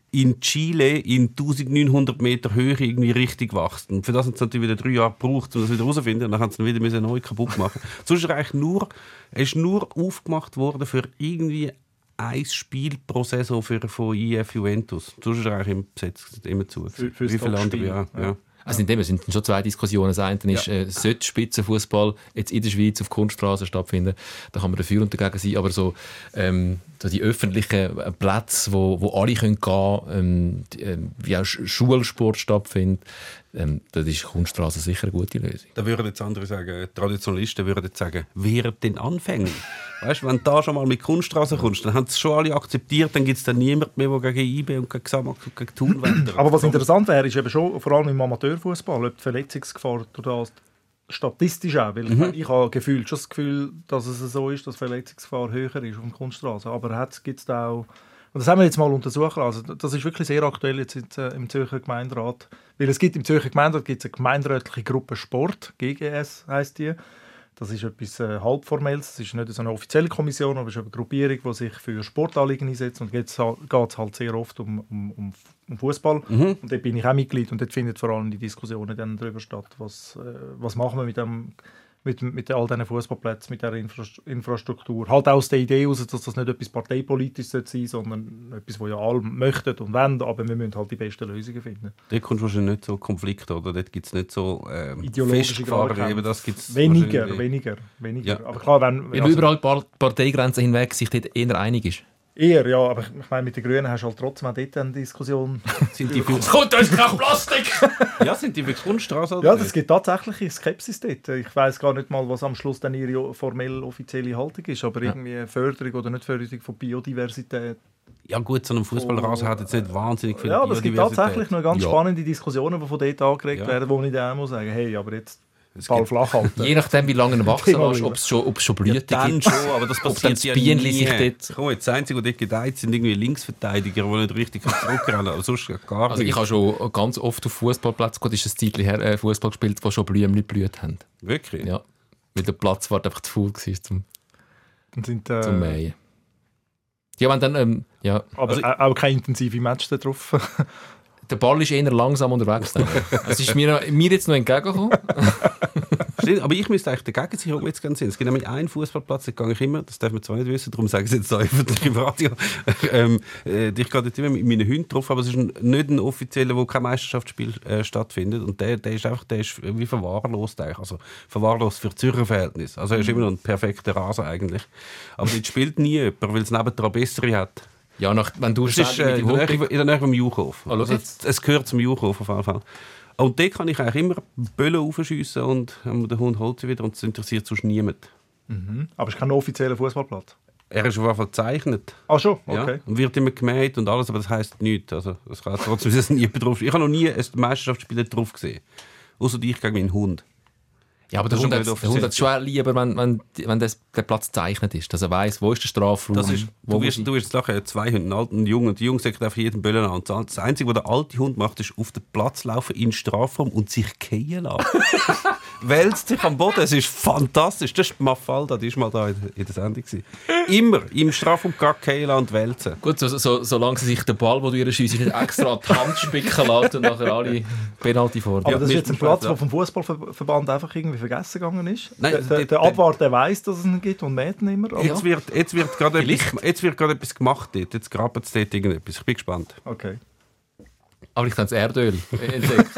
in Chile in neunzehnhundert Meter Höhe irgendwie richtig wächst. Und für das haben sie natürlich wieder drei Jahre gebraucht, um das wieder herauszufinden. Und dann haben sie ihn wieder neu kaputt machen. Sonst ist er eigentlich nur, er ist nur aufgemacht worden für irgendwie ein Spiel pro Saison für, von I F Juventus. Sonst ist er eigentlich im Besetz immer zu. Für, für Wie viele andere, ja. ja. ja. Also in dem sind schon zwei Diskussionen. Das eine ist, Ja. äh, sollte Spitzenfußball jetzt in der Schweiz auf Kunststraßen stattfinden, da kann man dafür und dagegen sein, aber so, ähm, so die öffentlichen Plätze, wo, wo alle können gehen ähm, die, ähm, wie auch Sch- Schulsport stattfindet, ähm, das ist Kunststraße sicher eine gute Lösung. Da würden jetzt andere sagen, Traditionalisten würden jetzt sagen, wer denn anfängen? Weißt du, wenn du da schon mal mit Kunststraße kommst, dann haben es schon alle akzeptiert, dann gibt es dann niemand mehr, der gegen I B und gegen Xamax und gegen Thun wettet. Aber was interessant wäre, ist eben schon, vor allem im Amateurfußball, ob die Verletzungsgefahr durch das statistisch auch, weil Mhm. ich, ich habe gefühlt schon das Gefühl, dass es so ist, dass die Verletzungsgefahr höher ist auf der Kunststraße. Aber gibt es da auch, und das haben wir jetzt mal untersucht, also das ist wirklich sehr aktuell jetzt im Zürcher Gemeinderat, weil es gibt im Zürcher Gemeinderat gibt's eine gemeinderätliche Gruppe Sport, G G S heisst die. Das ist etwas äh, halbformelles, es ist nicht so eine offizielle Kommission, aber es ist eine Gruppierung, die sich für Sportanliegen einsetzt. Und jetzt geht es halt sehr oft um, um, um, um Fußball. Mhm. Und dort bin ich auch Mitglied und dort findet vor allem die Diskussionen dann darüber statt, was, äh, was machen wir mit, dem, mit, mit all diesen Fußballplätzen, mit dieser Infra- Infrastruktur. Halt auch aus der Idee heraus, dass das nicht etwas parteipolitisches sein sollte, sondern etwas, was ja alle möchten und wollen, aber wir müssen halt die besten Lösungen finden. Dort kommst du wahrscheinlich nicht so Konflikte, oder? Dort gibt es nicht so ähm, Ideologische festgefahren, Grabenkämpfe. eben das gibt's Weniger, wahrscheinlich- weniger, weniger. Ja. Aber klar, wenn, Weil also- überall Par- Parteigrenzen hinweg sich dort eher einig ist. Eher, ja, aber ich meine, mit den Grünen hast du halt trotzdem auch dort eine Diskussion. Sind die für, Kommt uns kein Plastik! ja, sind die für die Kunststraße? oder Ja, nicht? es gibt tatsächlich eine Skepsis dort. Ich weiss gar nicht mal, was am Schluss dann ihre formell offizielle Haltung ist, aber irgendwie Förderung oder nicht Förderung von Biodiversität. Ja gut, so ein Fußballrasen hat jetzt nicht wahnsinnig viel Ja, aber es gibt Biodiversität. tatsächlich noch ganz Ja. spannende Diskussionen, die von dort angeregt Ja. werden, wo ich dann auch muss sagen, hey, aber jetzt Es Ball gibt- flach halten. Je nachdem, wie lange er wachsen Thema lässt, Liebe. ob es schon, ob's schon Ja, Blüten dann gibt. schon, aber das Ob dann passiert das ja Bienchen nie. sich dort- Komm, jetzt, das Einzige, was dort gedeiht, sind irgendwie Linksverteidiger, die nicht richtig zurückrennen, aber sonst gar Also nicht. ich habe schon ganz oft auf Fußballplätzen gehabt, ist ein Zeitchen her äh, Fußball gespielt, wo schon Blümchen blüht haben. Wirklich? Ja. Weil der Platz war einfach zu faul war zum, Dann sind, äh, zum Mähen. Ja, wenn dann, ähm, ja, aber Also- auch keine intensive Match da drauf. der Ball ist eher langsam unterwegs. Dann. Es ist mir, mir jetzt noch entgegengekommen. Stimmt, aber ich müsste eigentlich dagegen sein, ob wir jetzt ganz sind. Es gibt nämlich einen Fußballplatz, da gehe ich immer, das darf man zwar nicht wissen, darum sage ich es jetzt da öffentlich im Radio. ähm, äh, ich gehe dort immer mit meinen Hunden drauf, aber es ist ein, nicht ein offizieller, wo kein Meisterschaftsspiel äh, stattfindet. Und der, der ist einfach, der ist wie verwahrlost eigentlich. Also verwahrlost für Zürcher Verhältnisse. Also er ist immer noch ein perfekter Rasen eigentlich. Aber dort spielt nie jemand, weil es nebendran bessere hat. Ja, nach, wenn du Es ist ständig äh, mit in dem der Hund- Nähe- in der Nähe vom Juchhof. Ah, schau Also, jetzt. es, es gehört zum Juchhof auf jeden Fall. Und dort kann ich eigentlich immer Böllen aufschiessen und ähm, der Hund holt sie wieder und es interessiert sonst niemand. Aber es ist kein offizieller Fußballplatz. Er ist auf jeden Fall gezeichnet. Ah, schon? Ja, Okay. und wird immer gemäht und alles, aber das heisst nichts. Also, das kann trotzdem dass niemand drauf. Ich habe noch nie ein Meisterschaftsspiel drauf gesehen. Außer dich gegen meinen Hund. Ja, aber der Das ist Hund, schon hat, nicht der Hund hat offiziell. schon lieber, wenn, wenn, wenn das, der Platz gezeichnet ist, dass er weiss, wo ist der Strafraum. Das ist, wo du, wirst, du wirst lachen, zwei Hunde, einen alten und einen jungen. Und die Junge sagt einfach jeden Böllen an. Und das Einzige, was der alte Hund macht, ist auf den Platz laufen, in den Strafraum und sich fallen lassen. Wälzt sich am Boden. Es ist fantastisch. Das ist Mafalda, die war mal da in, in der Sendung. gewesen. Immer im Strafraum gar fallen lassen und wälzen. Gut, so, so, solange sie sich den Ball, den du ihr schiessst, nicht extra an die Hand spicken lässt und nachher alle Penalty fordern. Aber Ja, das ist nicht jetzt ein im Platz, Platz, der vom Fußballverband einfach irgendwie vergessen gegangen ist. Nein, der, also der, die- der Abwart, der weiss, dass es ihn gibt und mäht ihn immer. aber- Jetzt wird, jetzt wird gerade etwas, jetzt wird gerade etwas gemacht dort. Jetzt graben sie dort irgendetwas. Ich bin gespannt. Okay. Aber ich kann das Erdöl entdeckt.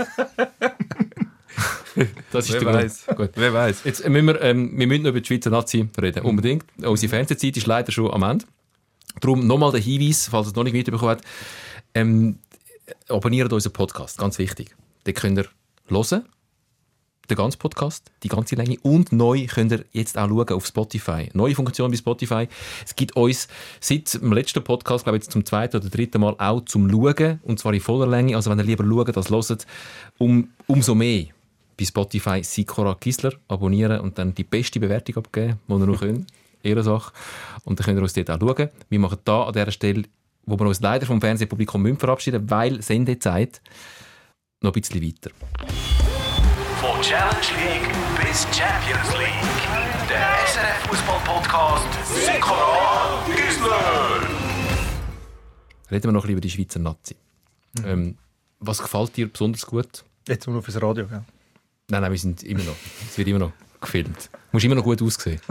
Das ist Wer der Grund. weiß. Gut. Wer weiß? Jetzt müssen wir, ähm, wir müssen noch über die Schweizer Nazi reden. Unbedingt. Unsere Fernsehzeit ist leider schon am Ende. Darum nochmal der Hinweis, falls ihr es noch nicht mitbekommen habt. Ähm, abonniert unseren Podcast, ganz wichtig. Den könnt ihr hören, den ganzen Podcast, die ganze Länge. Und neu könnt ihr jetzt auch schauen auf Spotify. Neue Funktion bei Spotify. Es gibt uns seit dem letzten Podcast, glaube ich, jetzt zum zweiten oder dritten Mal auch zum Schauen. Und zwar in voller Länge. Also wenn ihr lieber schaut als hört, um, umso mehr bei Spotify Sikora Gisler abonnieren und dann die beste Bewertung abgeben, die ihr noch könnt. Ehrensache. Und dann könnt ihr uns dort auch schauen. Wir machen da an dieser Stelle, wo wir uns leider vom Fernsehpublikum müssen verabschieden müssen, weil Sendezeit noch ein bisschen weiter. Von Challenge League bis Champions League. Der S R F Fußball Podcast Sikora Gisler. Reden wir noch ein bisschen über die Schweizer Nazi. Mhm. Ähm, was gefällt dir besonders gut? Jetzt nur fürs Radio, gell? Nein, nein, wir sind immer noch. Es wird immer noch gefilmt. Du musst immer noch gut aussehen.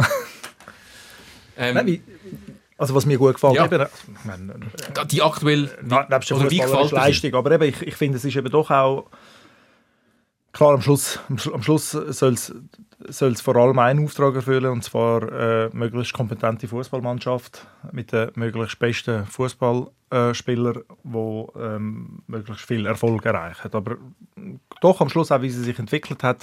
ähm, nein, wie, also was mir gut gefällt, ja. eben, ich meine, äh, die aktuell... Na, nebst der fußballerischen Leistung, aber eben, ich, ich finde, es ist eben doch auch... Klar, am Schluss, am Schluss soll es vor allem einen Auftrag erfüllen, und zwar äh, möglichst kompetente Fußballmannschaft mit den möglichst besten Fußballspielern, die ähm, möglichst viel Erfolg erreichen. Aber doch am Schluss auch, wie sie sich entwickelt hat,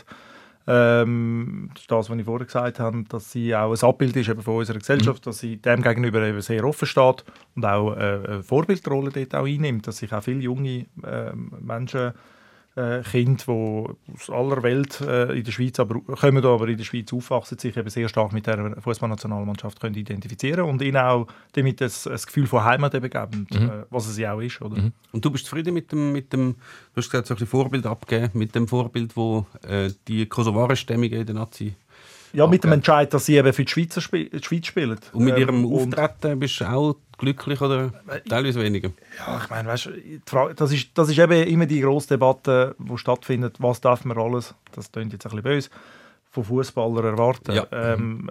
ähm, das ist das, was ich vorher gesagt habe, dass sie auch ein Abbild ist eben von unserer Gesellschaft, mhm. dass sie dem gegenüber eben sehr offen steht und auch äh, eine Vorbildrolle dort auch einnimmt, dass sich auch viele junge äh, Menschen Kinder, die aus aller Welt äh, in der Schweiz aber, kommen, aber in der Schweiz aufwachsen, sich eben sehr stark mit der Fußballnationalmannschaft können identifizieren und ihnen auch damit ein, ein Gefühl von Heimat eben geben, mhm. äh, was es ja auch ist. Oder? Mhm. Und du bist zufrieden mit dem, mit dem du hast gesagt, so ein bisschen Vorbild abgeben, mit dem Vorbild, wo äh, die Kosovarenstämmigen in der Nazi Ja, mit dem Entscheid, dass sie eben für die, Schweizer Sp- die Schweiz spielen. Und mit ihrem ähm, Auftreten bist du auch glücklich oder teilweise weniger? Ja, ich meine, weißt, das, ist, das ist eben immer die grosse Debatte, die stattfindet, was darf man alles, das klingt jetzt ein bisschen böse, von Fußballern erwarten. Ja. Ähm,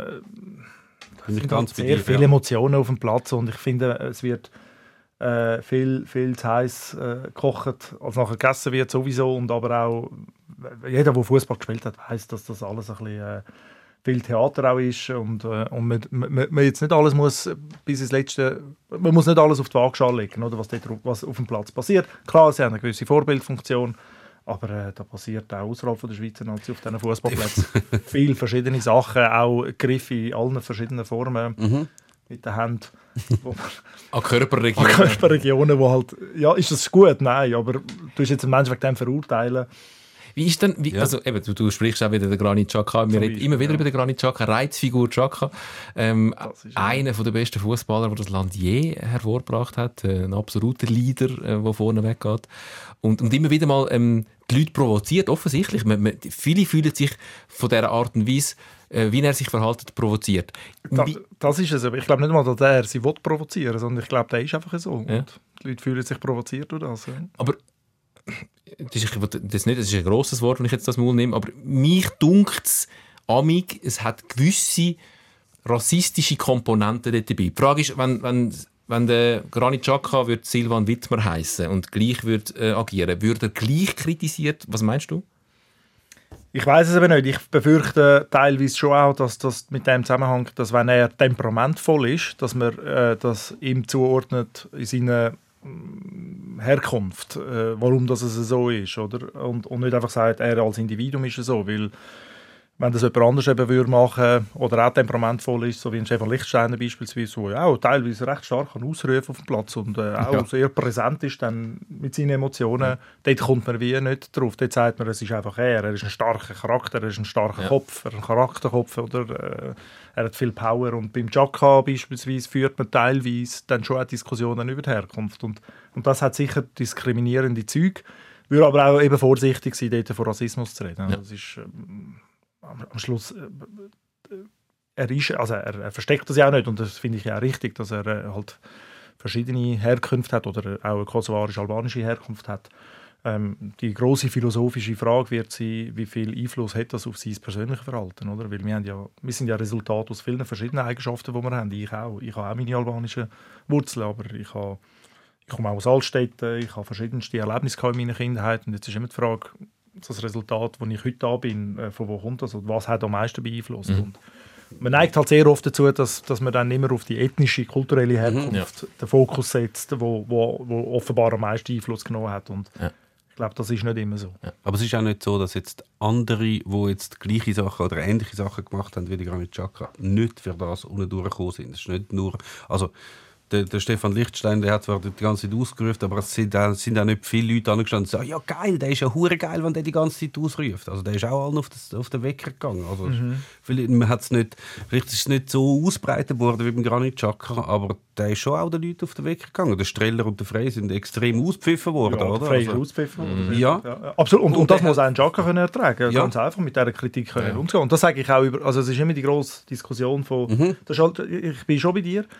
es sind ganz sehr dir, viele ja. Emotionen auf dem Platz und ich finde, es wird äh, viel, viel zu heiß äh, gekocht, als nachher gegessen wird sowieso, und aber auch jeder, der Fußball gespielt hat, weiss, dass das alles ein bisschen äh, viel Theater auch ist und, äh, und man, man, man jetzt nicht alles muss bis ins Letzte, man muss nicht alles auf die Waagschale legen, oder, was, dort, was auf dem Platz passiert. Klar, sie haben eine gewisse Vorbildfunktion, aber äh, da passiert auch außerhalb von der Schweizer Nazi auf diesen Fußballplätzen viele verschiedene Sachen, auch Griffe in allen verschiedenen Formen mhm. mit den Händen. An Körperregionen. An Körperregionen, wo halt, ja, ist das gut? Nein, aber du hast jetzt einen Menschen wegen dem verurteilen. Wie ist denn, wie, ja. also eben, du, du sprichst auch wieder den Granit Xhaka, wir reden immer wieder ja. über den Granit Xhaka, Reizfigur Xhaka, ähm, einer der besten Fußballer, der das Land je hervorgebracht hat, äh, ein absoluter Leader, äh, der vorne weggeht und, und immer wieder mal ähm, die Leute provoziert, offensichtlich, man, man, viele fühlen sich von dieser Art und Weise, äh, wie er sich verhält, provoziert. Da, das ist es, aber ich glaube nicht mal, dass er sie will provozieren, sondern ich glaube, der ist einfach so ja. und die Leute fühlen sich provoziert durch das. Ja. Aber Das ist, das, nicht, das ist ein grosses Wort, wenn ich jetzt das Maul nehme, aber mich dunkt es amig, es hat gewisse rassistische Komponenten dort dabei. Die Frage ist, wenn, wenn, wenn der Granit Xhaka würde Silvan Wittmer heissen und gleich würde äh, agieren, würde er gleich kritisiert? Was meinst du? Ich weiß es aber nicht. Ich befürchte teilweise schon auch, dass das mit dem zusammenhängt, dass wenn er temperamentvoll ist, dass man äh, das ihm zuordnet in seinen Herkunft, äh, warum das so ist, oder? Und, und nicht einfach sagt, er als Individuum ist so, weil wenn das jemand anders eben würde machen oder auch temperamentvoll ist, so wie ein Stefan Lichtsteiner beispielsweise, der ja auch teilweise recht stark kann ausrufen auf dem Platz und äh, auch ja. sehr präsent ist dann mit seinen Emotionen, ja. dort kommt man wie nicht drauf. Dort sagt man, es ist einfach er, er ist ein starker Charakter, er ist ein starker ja. Kopf, er ist ein Charakterkopf, oder äh, er hat viel Power und beim Xhaka beispielsweise führt man teilweise dann schon auch Diskussionen über die Herkunft und, und das hat sicher diskriminierende Züge, würde aber auch eben vorsichtig sein, dort von Rassismus zu reden. Ja. Das ist ähm, am Schluss, äh, er, ist, also er, er versteckt das ja auch nicht und das finde ich ja auch richtig, dass er äh, halt verschiedene Herkünfte hat oder auch eine kosovarisch-albanische Herkunft hat. Ähm, die grosse philosophische Frage wird sein, wie viel Einfluss hat das auf sein persönliches Verhalten, oder? Weil wir, haben ja, wir sind ja Resultat aus vielen verschiedenen Eigenschaften, die wir haben. Ich auch. Ich habe auch meine albanischen Wurzeln, aber ich, habe, ich komme auch aus Altstädten, ich habe verschiedenste Erlebnisse in meiner Kindheit und jetzt ist immer die Frage, das Resultat, wo ich heute da bin, von wo kommt das und was hat am meisten beeinflusst. Mhm. Und man neigt halt sehr oft dazu, dass, dass man dann immer auf die ethnische, kulturelle Herkunft mhm, ja. den Fokus setzt, wo, wo, wo offenbar am meisten Einfluss genommen hat. Und ja. ich glaube, das ist nicht immer so. Ja. Aber es ist auch nicht so, dass jetzt andere, die jetzt gleiche Sachen oder ähnliche Sachen gemacht haben wie der Granit Xhaka, nicht für das unten durchgekommen sind. Es ist nicht nur... Also, Der, der Stefan Lichtstein, der hat zwar die ganze Zeit ausgerufen, aber es sind auch, sind auch nicht viele Leute angestanden und sagen, ja geil, der ist ja hure geil, wenn der die ganze Zeit ausruft. Also der ist auch allen auf, das, auf den Wecker gegangen. Also mhm. vielleicht, man hat's nicht, vielleicht ist es nicht so ausbreitet worden wie beim Granit Xhaka, aber der ist schon auch den Leuten auf den Wecker gegangen. Der Streller und der Frey sind extrem auspfiffen worden. Ja, oder? Frey ist also, auspfiffen worden. Ja. Ja, ja. Absolut. Und, und, und das muss auch ein Xhaka können ertragen. Ja. Ganz einfach mit dieser Kritik können ja. umzugehen. Und das sage ich auch über, also es ist immer die grosse Diskussion von, mhm. das ist halt, ich bin schon bei dir,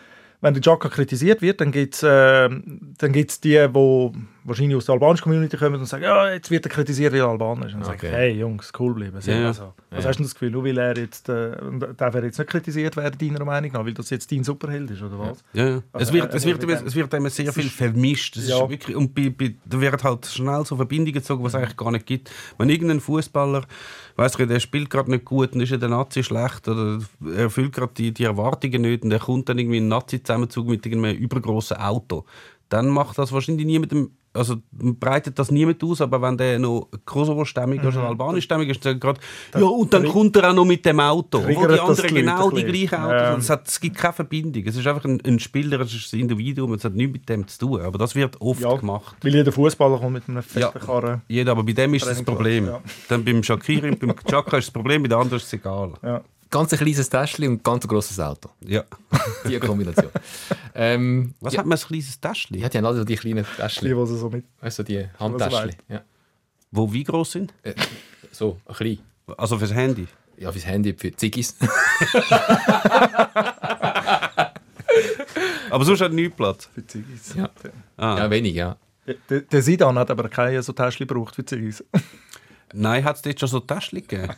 wenn der Xhaka kritisiert wird, dann gibt es äh, dann gibt's die, die wahrscheinlich aus der albanischen Community kommen und sagen, ja, jetzt wird er kritisiert, weil er Albaner ist. Und dann Okay. sage ich, hey Jungs, cool bleiben. Ja. Also, was Ja. hast du denn das Gefühl, nur weil er jetzt, äh, darf er jetzt nicht kritisiert werden, deiner Meinung nach, weil das jetzt dein Superheld ist, oder was? Ja, ja. Es Also, wird, äh, es wird, mit immer, dem- es wird immer sehr viel ist- vermischt. Das Ja. ist wirklich, und bei, bei, da werden halt schnell so Verbindungen gezogen, die es eigentlich gar nicht gibt. Wenn irgendein Fußballer, weiss ich, der spielt gerade nicht gut und ist in der Nazi schlecht oder er erfüllt gerade die, die Erwartungen nicht und er kommt dann irgendwie in einen Nazi-Zusammenzug mit irgendeinem übergrossen Auto, dann macht das wahrscheinlich niemandem, also breitet das niemand aus, aber wenn der noch Kosovo-stämmig Mhm. oder albanisch-stämmig ist, dann gerade, ja, und dann kommt er auch noch mit dem Auto, obwohl triggert die das anderen die Leute genau ein die bisschen. gleichen Autos Ja. haben. Es, hat, es gibt keine Verbindung. Es ist einfach ein, ein Spieler, es ist ein Individuum, es hat nichts mit dem zu tun. Aber das wird oft Ja, gemacht. weil jeder Fußballer kommt mit einem Ja. fetten Karren. Jeder, aber bei dem ist das Training Problem. ja. Dann beim Shaqiri und beim Xhaka ist das Problem, bei den anderen ist es egal. Ja. Ganz ein kleines Täschchen und ganz ein grosses Auto. Ja. Die Kombination. ähm, Was ja, hat man, ein kleines Täschchen? ja, die haben alle die kleinen Die, Täschchen. die sie so mit. Weißt du, die so Handtäschchen. weit. Ja. Wo wie groß sind? Äh, so, ein klein. Also fürs Handy. Ja, fürs Handy, für Ziggis. Aber sonst hat nichts Platz. Für Ziggis. Ja. Ah. Ja, wenig, ja. Der, der Sidan hat aber keine so Täschchen gebraucht für Ziggis. Nein, hat es dort schon so Täschchen gegeben?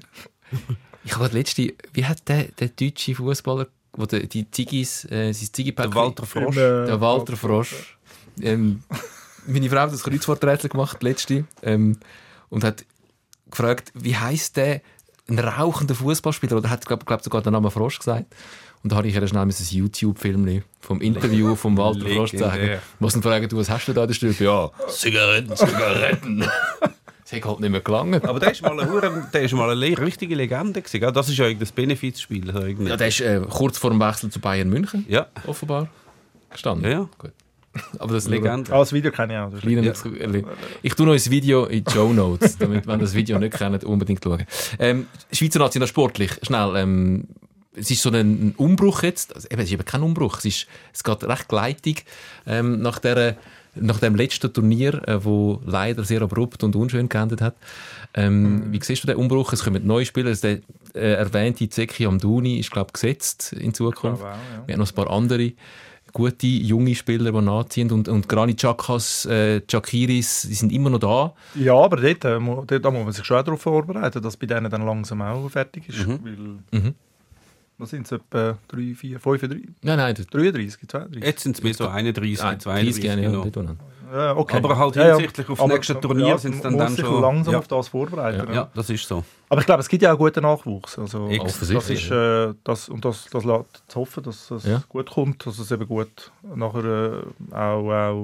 Ich habe letzte, wie hat der, der deutsche Fußballer, wo der, die Ziggis, äh, sein Ziggipäckchen... Der Walter Frosch. Im, äh, Der Walter Frosch. Ähm, meine Frau hat das Kreuzworträtsel gemacht, letzte, ähm, und hat gefragt, wie heisst der, ein rauchender Fußballspieler, oder hat, glaube glaub, sogar den Namen Frosch gesagt. Und da habe ich ihr schnell ein YouTube-Film vom Interview vom Walter Frosch sagen. Legendär. Muss dann fragen, du, was hast du da in der Stube? Ja, Zigaretten, Zigaretten. Das hat halt nicht mehr gelangt. Aber der ist mal eine, Hure- der ist mal eine le- richtige Legende gewesen. gell? Das ist ja irgendein Benefizspiel. Also irgendein- Ja, der ist äh, kurz vor dem Wechsel zu Bayern München, ja. offenbar, gestanden. Ja, ja. Gut. Aber das Legende. Ah, das Video kenne ich auch. Das ist Kleiner Ja. Exkurs- Ich tue noch ein Video in die Show Notes, damit, wenn ihr das Video nicht kennt, unbedingt schauen. Ähm, Schweizer National sportlich, schnell. Ähm, es ist so ein Umbruch jetzt. Also, eben, es ist eben kein Umbruch. Es, ist, es geht recht gleitig ähm, nach, der, nach dem letzten Turnier, äh, wo leider sehr abrupt und unschön geendet hat. Ähm, Mhm. Wie siehst du den Umbruch? Es kommen neue Spieler. Also der äh, erwähnte Zeki Amdouni ist, glaube ich, gesetzt in Zukunft. Oh, wow, ja. Wir haben noch ein paar andere gute junge Spieler, die nachziehen. Und, und Granit Xhakas, äh, Xhakiris, die sind immer noch da. Ja, aber dort, äh, mu- dort da muss man sich schon darauf vorbereiten, dass bei denen dann langsam auch fertig ist. Weil, Mhm. was sind es, etwa drei, vier, fünfunddreißig, Nein, nein, das dreiunddreißig, zweiunddreißig? Jetzt sind es mehr so einunddreißig, ah, zweiunddreißig. gerne, ja, genau. nicht tun. Ja, okay. Aber halt Ja, ja. hinsichtlich auf das Aber- nächste Turnier ja, sind es dann, muss dann sich schon... langsam ja. auf das vorbereiten. Ja. Ja, das ist so. Aber ich glaube, es gibt ja auch guten Nachwuchs. Also, Ex- das Offensichtlich, ist, äh, das, und das, das lässt zu hoffen, dass es Ja. gut kommt, dass es eben gut nachher äh, auch, auch,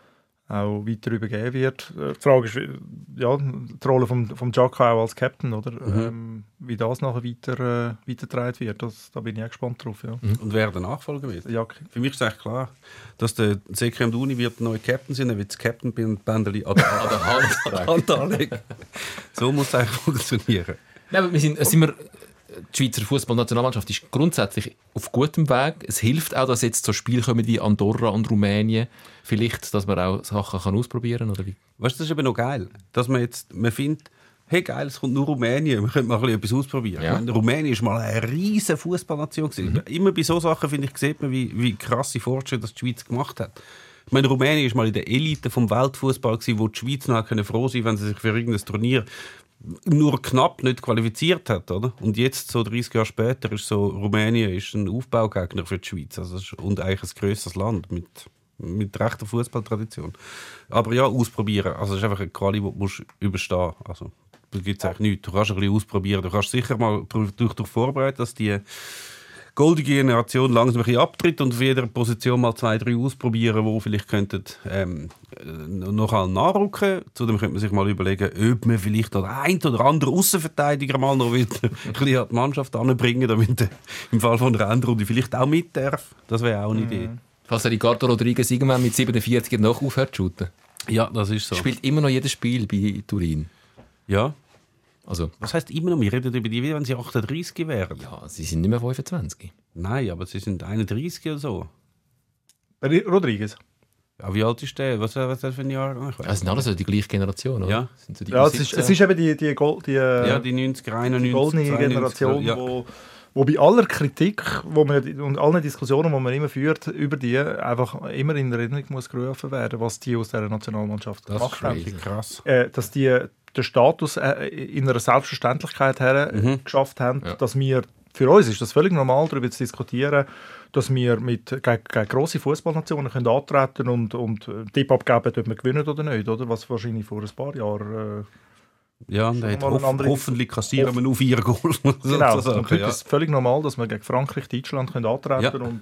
auch weiter übergeben wird. Äh, Die Frage ist, wie- ja, die Rolle vom, vom Xhaka auch als Captain, oder? Ähm, wie das nachher weiter, äh, weitergetragen wird, das, da bin ich auch gespannt drauf. Ja. Und wer der Nachfolger wird? Ja, Für mich ist eigentlich klar, dass der Zeki Amdouni wird der neue Captain sein, er wird das Captain-Bändeli an der An der Hand tragen. Hand anlegen. So muss es eigentlich funktionieren. Nein, aber wir sind, sind wir, die Schweizer Fußballnationalmannschaft ist grundsätzlich auf gutem Weg. Es hilft auch, dass jetzt so Spiele kommen wie Andorra und Rumänien. Vielleicht, dass man auch Sachen kann ausprobieren kann. Oder wie? Weißt du, das ist eben noch geil, dass man jetzt, man findet, hey geil, es kommt nur Rumänien, wir können mal ein bisschen etwas ausprobieren. Ja. Ich meine, Rumänien war mal eine riesige Fußballnation. Mhm. Immer bei solchen Sachen, finde ich, sieht man, wie, wie krasse Fortschritte das die Schweiz gemacht hat. Ich meine, Rumänien war mal in der Elite vom Weltfußball, wo die Schweiz noch froh sein konnte, wenn sie sich für irgendein Turnier nur knapp nicht qualifiziert hat, oder? Und jetzt, so dreißig Jahre später, ist so, Rumänien ist ein Aufbaugegner für die Schweiz. Also, es ist, und eigentlich ein grösseres Land mit, mit rechter Fußballtradition. Aber ja, ausprobieren. Also, es ist einfach eine Quali, die du musst überstehen musst. Also, da gibt es eigentlich nichts. Du kannst ein bisschen ausprobieren. Du kannst sicher mal durch, durch vorbereiten, dass die goldige Generation langsam ein bisschen abtritt und auf jeder Position mal zwei, drei ausprobieren, die vielleicht könnten, ähm, noch mal nachrücken. Zudem könnte man sich mal überlegen, ob man vielleicht noch den einen oder anderen Aussenverteidiger mal noch wieder ein bisschen an die Mannschaft anbringen, damit er im Fall von einer Endrunde vielleicht auch mit darf. Das wäre auch eine Idee. Falls der Ricardo Rodriguez irgendwann mit siebenundvierzig noch aufhört zu shooten. Ja, das ist so. Spielt immer noch jedes Spiel bei Turin. Ja. Also, Was heisst immer noch? Wir reden über die, wie wenn sie achtunddreißig wären. ja, sie sind nicht mehr fünfundzwanzig. Nein, aber sie sind einunddreißig oder so. Der Rodriguez. Ja, wie alt ist der? Was, was ist das für ein Jahr? Ich weiss Das sind alles so die gleiche Generation, oder? Ja. Sind so die Ja, es ist, siebzehn. es ist eben die, die, Gold, die, Ja, ja, die neunziger, die einundneunzig, goldene zweiundneunzig, Generation, ja. wo, wo bei aller Kritik wo man, und allen Diskussionen, die man immer führt, über die einfach immer in Erinnerung muss gerufen werden, was die aus dieser Nationalmannschaft Das gemacht ist haben. crazy. Krass. Äh, dass die den Status äh, in einer Selbstverständlichkeit her Mhm. geschafft haben, Ja. dass wir, für uns ist das völlig normal, darüber zu diskutieren, dass wir mit, gegen, gegen grosse Fußballnationen können antreten und, und einen Tipp abgeben, ob wir gewinnen oder nicht, oder? Was wahrscheinlich vor ein paar Jahren... Äh, Ja, und er hat mal eine hoff, andere- hoffentlich kassieren wir nur vier Goal. genau, sozusagen, und heute ja. ist es völlig normal, dass wir gegen Frankreich, Deutschland können antreten Ja. und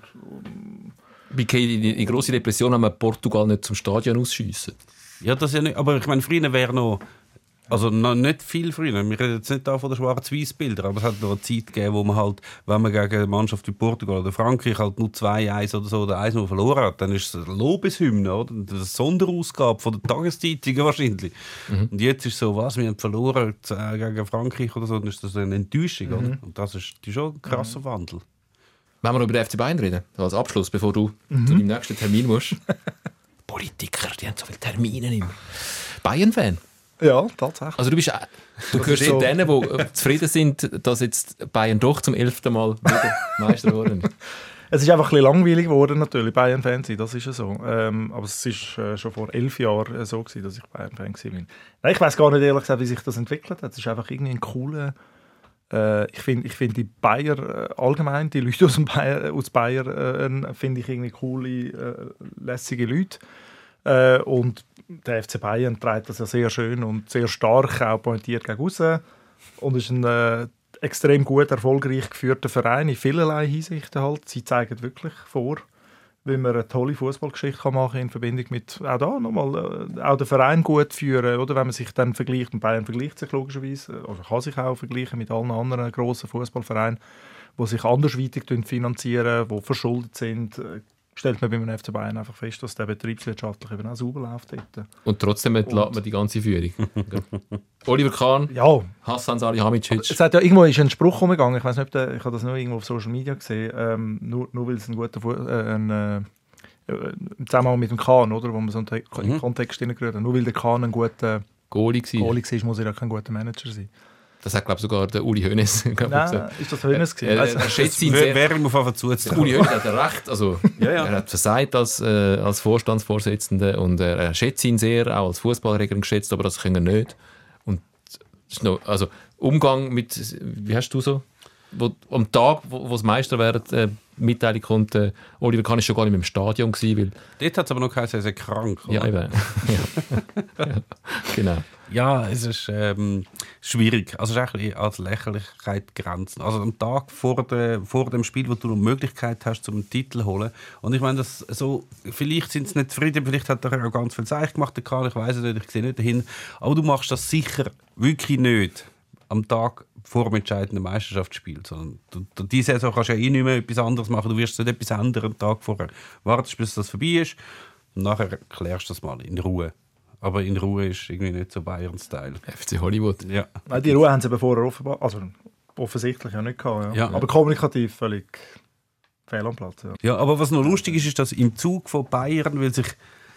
Bei die, die grosse Depression haben wir Portugal nicht zum Stadion ausschiessen. Ja, das ist ja nicht, aber ich meine, früher wäre noch, also noch nicht viel früher, wir reden jetzt nicht da von den Schwarz-Weiß-Bildern, aber es hat noch eine Zeit gegeben, wo man halt, wenn man gegen eine Mannschaft wie Portugal oder Frankreich halt nur zwei eins oder so oder eins null verloren hat, dann ist es eine Lobeshymne, oder? Eine Sonderausgabe von der Tageszeitungen wahrscheinlich. Mhm. Und jetzt ist so, was, wir haben verloren äh, gegen Frankreich oder so, dann ist das eine Enttäuschung, Mhm. oder? Und das ist, das ist schon ein krasser Mhm. Wandel. Wenn wir noch über den F C Bayern reden, als Abschluss, bevor du Mhm. zu deinem nächsten Termin musst. Politiker, die haben so viele Termine immer. Bayern-Fan. ja, tatsächlich. Also du bist, auch- du gehörst zu so- denen, die äh, zufrieden sind, dass jetzt Bayern doch zum elften Mal wieder Meister geworden ist. Es ist einfach ein bisschen langweilig geworden, natürlich, Bayern-Fan sein, das ist ja so. Ähm, aber es war äh, schon vor elf Jahren äh, so, gewesen, dass ich Bayern-Fan war. Nein, ich weiß gar nicht ehrlich gesagt, wie sich das entwickelt hat. Es ist einfach irgendwie ein cooler... Äh, ich finde ich find die Bayer äh, allgemein, die Leute aus, dem Bayer, aus Bayern, äh, finde ich irgendwie coole, äh, lässige Leute. Äh, und der F C Bayern trägt das ja sehr schön und sehr stark auch pointiert gegen aussen. Und ist ein äh, extrem gut, erfolgreich geführter Verein in vielerlei Hinsichten halt. Sie zeigen wirklich vor, wie man eine tolle Fußballgeschichte machen kann in Verbindung mit auch da nochmal äh, auch den Verein gut führen, oder wenn man sich dann vergleicht, und Bayern vergleicht sich logischerweise, oder kann sich auch vergleichen mit allen anderen grossen Fußballvereinen, die sich andersweitig finanzieren, die verschuldet sind, äh, stellt man bei einem F C Bayern einfach fest, dass der betriebswirtschaftlich eben auch sauber läuft dort. Und trotzdem entlässt man die ganze Führung. Oliver Kahn, Ja, Hassan Salihamidzic. es hat ja irgendwo ist ein Spruch umgegangen, ich weiß nicht, ob der, ich habe das nur irgendwo auf Social Media gesehen, ähm, nur, nur weil es ein guter Fu- äh, ein, äh, im Zusammenhang mit dem Kahn, oder, wo man so einen Te- Mhm. Kontext hineingerührt hat, nur weil der Kahn ein guter Goalie gewesen. Goalie war, muss er ja kein guter Manager sein. Das hat, glaube ich, sogar der Uli Hoeneß glaub ich, Nein, gesagt. ist das Hönes Er, gewesen? er, er schätzt ihn Wäre sehr. wär ihm auf jeden Fall Der zuzutrauen. Uli Hoeneß hat ja recht. Also, Ja, ja. Er hat versagt als, äh, als Vorstandsvorsitzender und er, er schätzt ihn sehr, auch als Fußballreger geschätzt, aber das können er nicht. Und das ist noch, also Umgang mit, wie hast du so? Wo, am Tag, wo wo es Meister werden, äh, Mitteilung kommt, äh, Oliver Kahn ist schon gar nicht mehr im Stadion gewesen, weil, Dort hat es aber noch geheißen, er sei krank. oder? ja, eben. ja. Ja, genau. Ja, es ist ähm, schwierig. Also es ist eigentlich als Lächerlichkeit grenzen. Also am Tag vor, der, vor dem Spiel, wo du noch die Möglichkeit hast, zum einen Titel zu holen. Und ich meine, das so, vielleicht sind sie nicht zufrieden, vielleicht hat er auch ganz viel Zeich gemacht, der Karl, ich weiß es nicht, ich sehe nicht dahin. Aber du machst das sicher wirklich nicht am Tag vor dem entscheidenden Meisterschaftsspiel. Sondern du, du, diese Saison kannst du ja eh nicht mehr etwas anderes machen. Du wirst nicht etwas ändern am Tag vorher. Wartest, bis das vorbei ist und nachher klärst du das mal in Ruhe. Aber in Ruhe ist irgendwie nicht so Bayern-Style. F C Hollywood. Ja. Nein, die Ruhe haben sie eben vorher offenbar, also offensichtlich ja nicht gehabt. Ja. Ja. Aber kommunikativ völlig fehl am Platz. Ja. Ja, aber was noch lustig ist, ist, dass im Zug von Bayern, weil sich,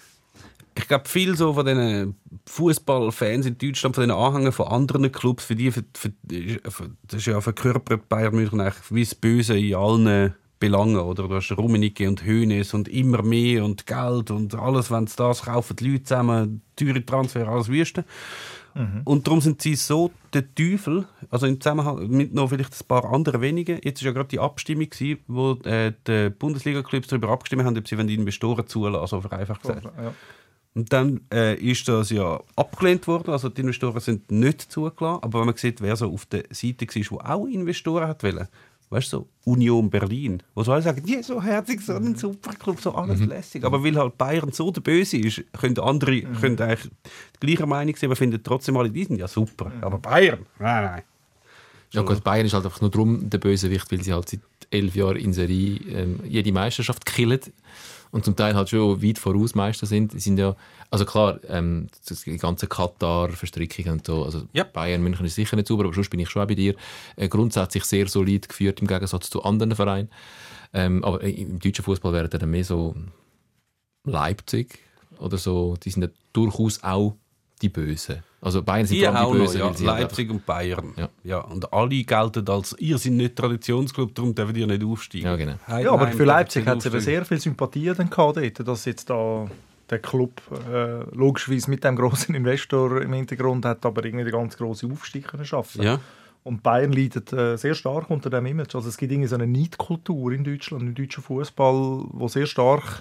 ich glaube, viel so von diesen Fußballfans in Deutschland, von den Anhängern von anderen Clubs, für die, für, für, für, das ist ja verkörpert Bayern München eigentlich wie das Böse in allen Belangen, oder? Du hast Rummenigge und Hoeneß und immer mehr und Geld und alles, wenn sie das kaufen, die Leute zusammen, teure Transfer, alles Wüste. Mhm. Und darum sind sie so der Teufel, also im Zusammenhang mit noch vielleicht ein paar anderen wenigen. Jetzt war ja gerade die Abstimmung, gewesen, wo äh, die Bundesliga-Clubs darüber abgestimmt haben, ob sie die Investoren zulassen, so vereinfacht gesagt. Ja. Und dann äh, ist das ja abgelehnt worden, also die Investoren sind nicht zugelassen, aber wenn man sieht, wer so auf der Seite war, der auch Investoren hat wollen, weißt du, so Union Berlin, wo so alle sagen, ja, so herzig, so ein Superclub, so alles Mhm. lässig. Aber weil halt Bayern so der Böse ist, können andere mhm. können eigentlich die gleiche Meinung sein, aber finden trotzdem alle, die sind ja super. Mhm. Aber Bayern, nein, nein. Ja gut, Bayern ist halt einfach nur drum der Bösewicht, weil sie halt seit elf Jahren in Serie ähm, jede Meisterschaft killen und zum Teil halt schon weit voraus Meister sind. Sie sind ja, also klar, ähm, die ganze Katar-Verstrickung und so, also ja. Bayern München ist sicher nicht sauber, aber sonst bin ich schon auch bei dir. Äh, grundsätzlich sehr solid geführt im Gegensatz zu anderen Vereinen. Ähm, aber im deutschen Fußball wären dann mehr so Leipzig oder so, die sind ja durchaus auch die Bösen. Also Bayern sind Die vor allem auch die noch, Bösen. ja. weil sie Leipzig und Bayern. Ja. Ja. Und alle gelten als, ihr seid nicht Traditionsclub, darum dürfen ihr nicht aufsteigen. Ja, genau. Ja, aber für Leipzig hat es eben eben sehr viel Sympathie dann gehabt dort, dass jetzt da der Club äh, logischerweise mit dem grossen Investor im Hintergrund hat, aber irgendwie den ganz grossen Aufstieg können schaffen. Ja. Und Bayern leidet äh, sehr stark unter dem Image. Also es gibt irgendwie so eine Neidkultur in Deutschland, im deutschen Fußball, wo sehr stark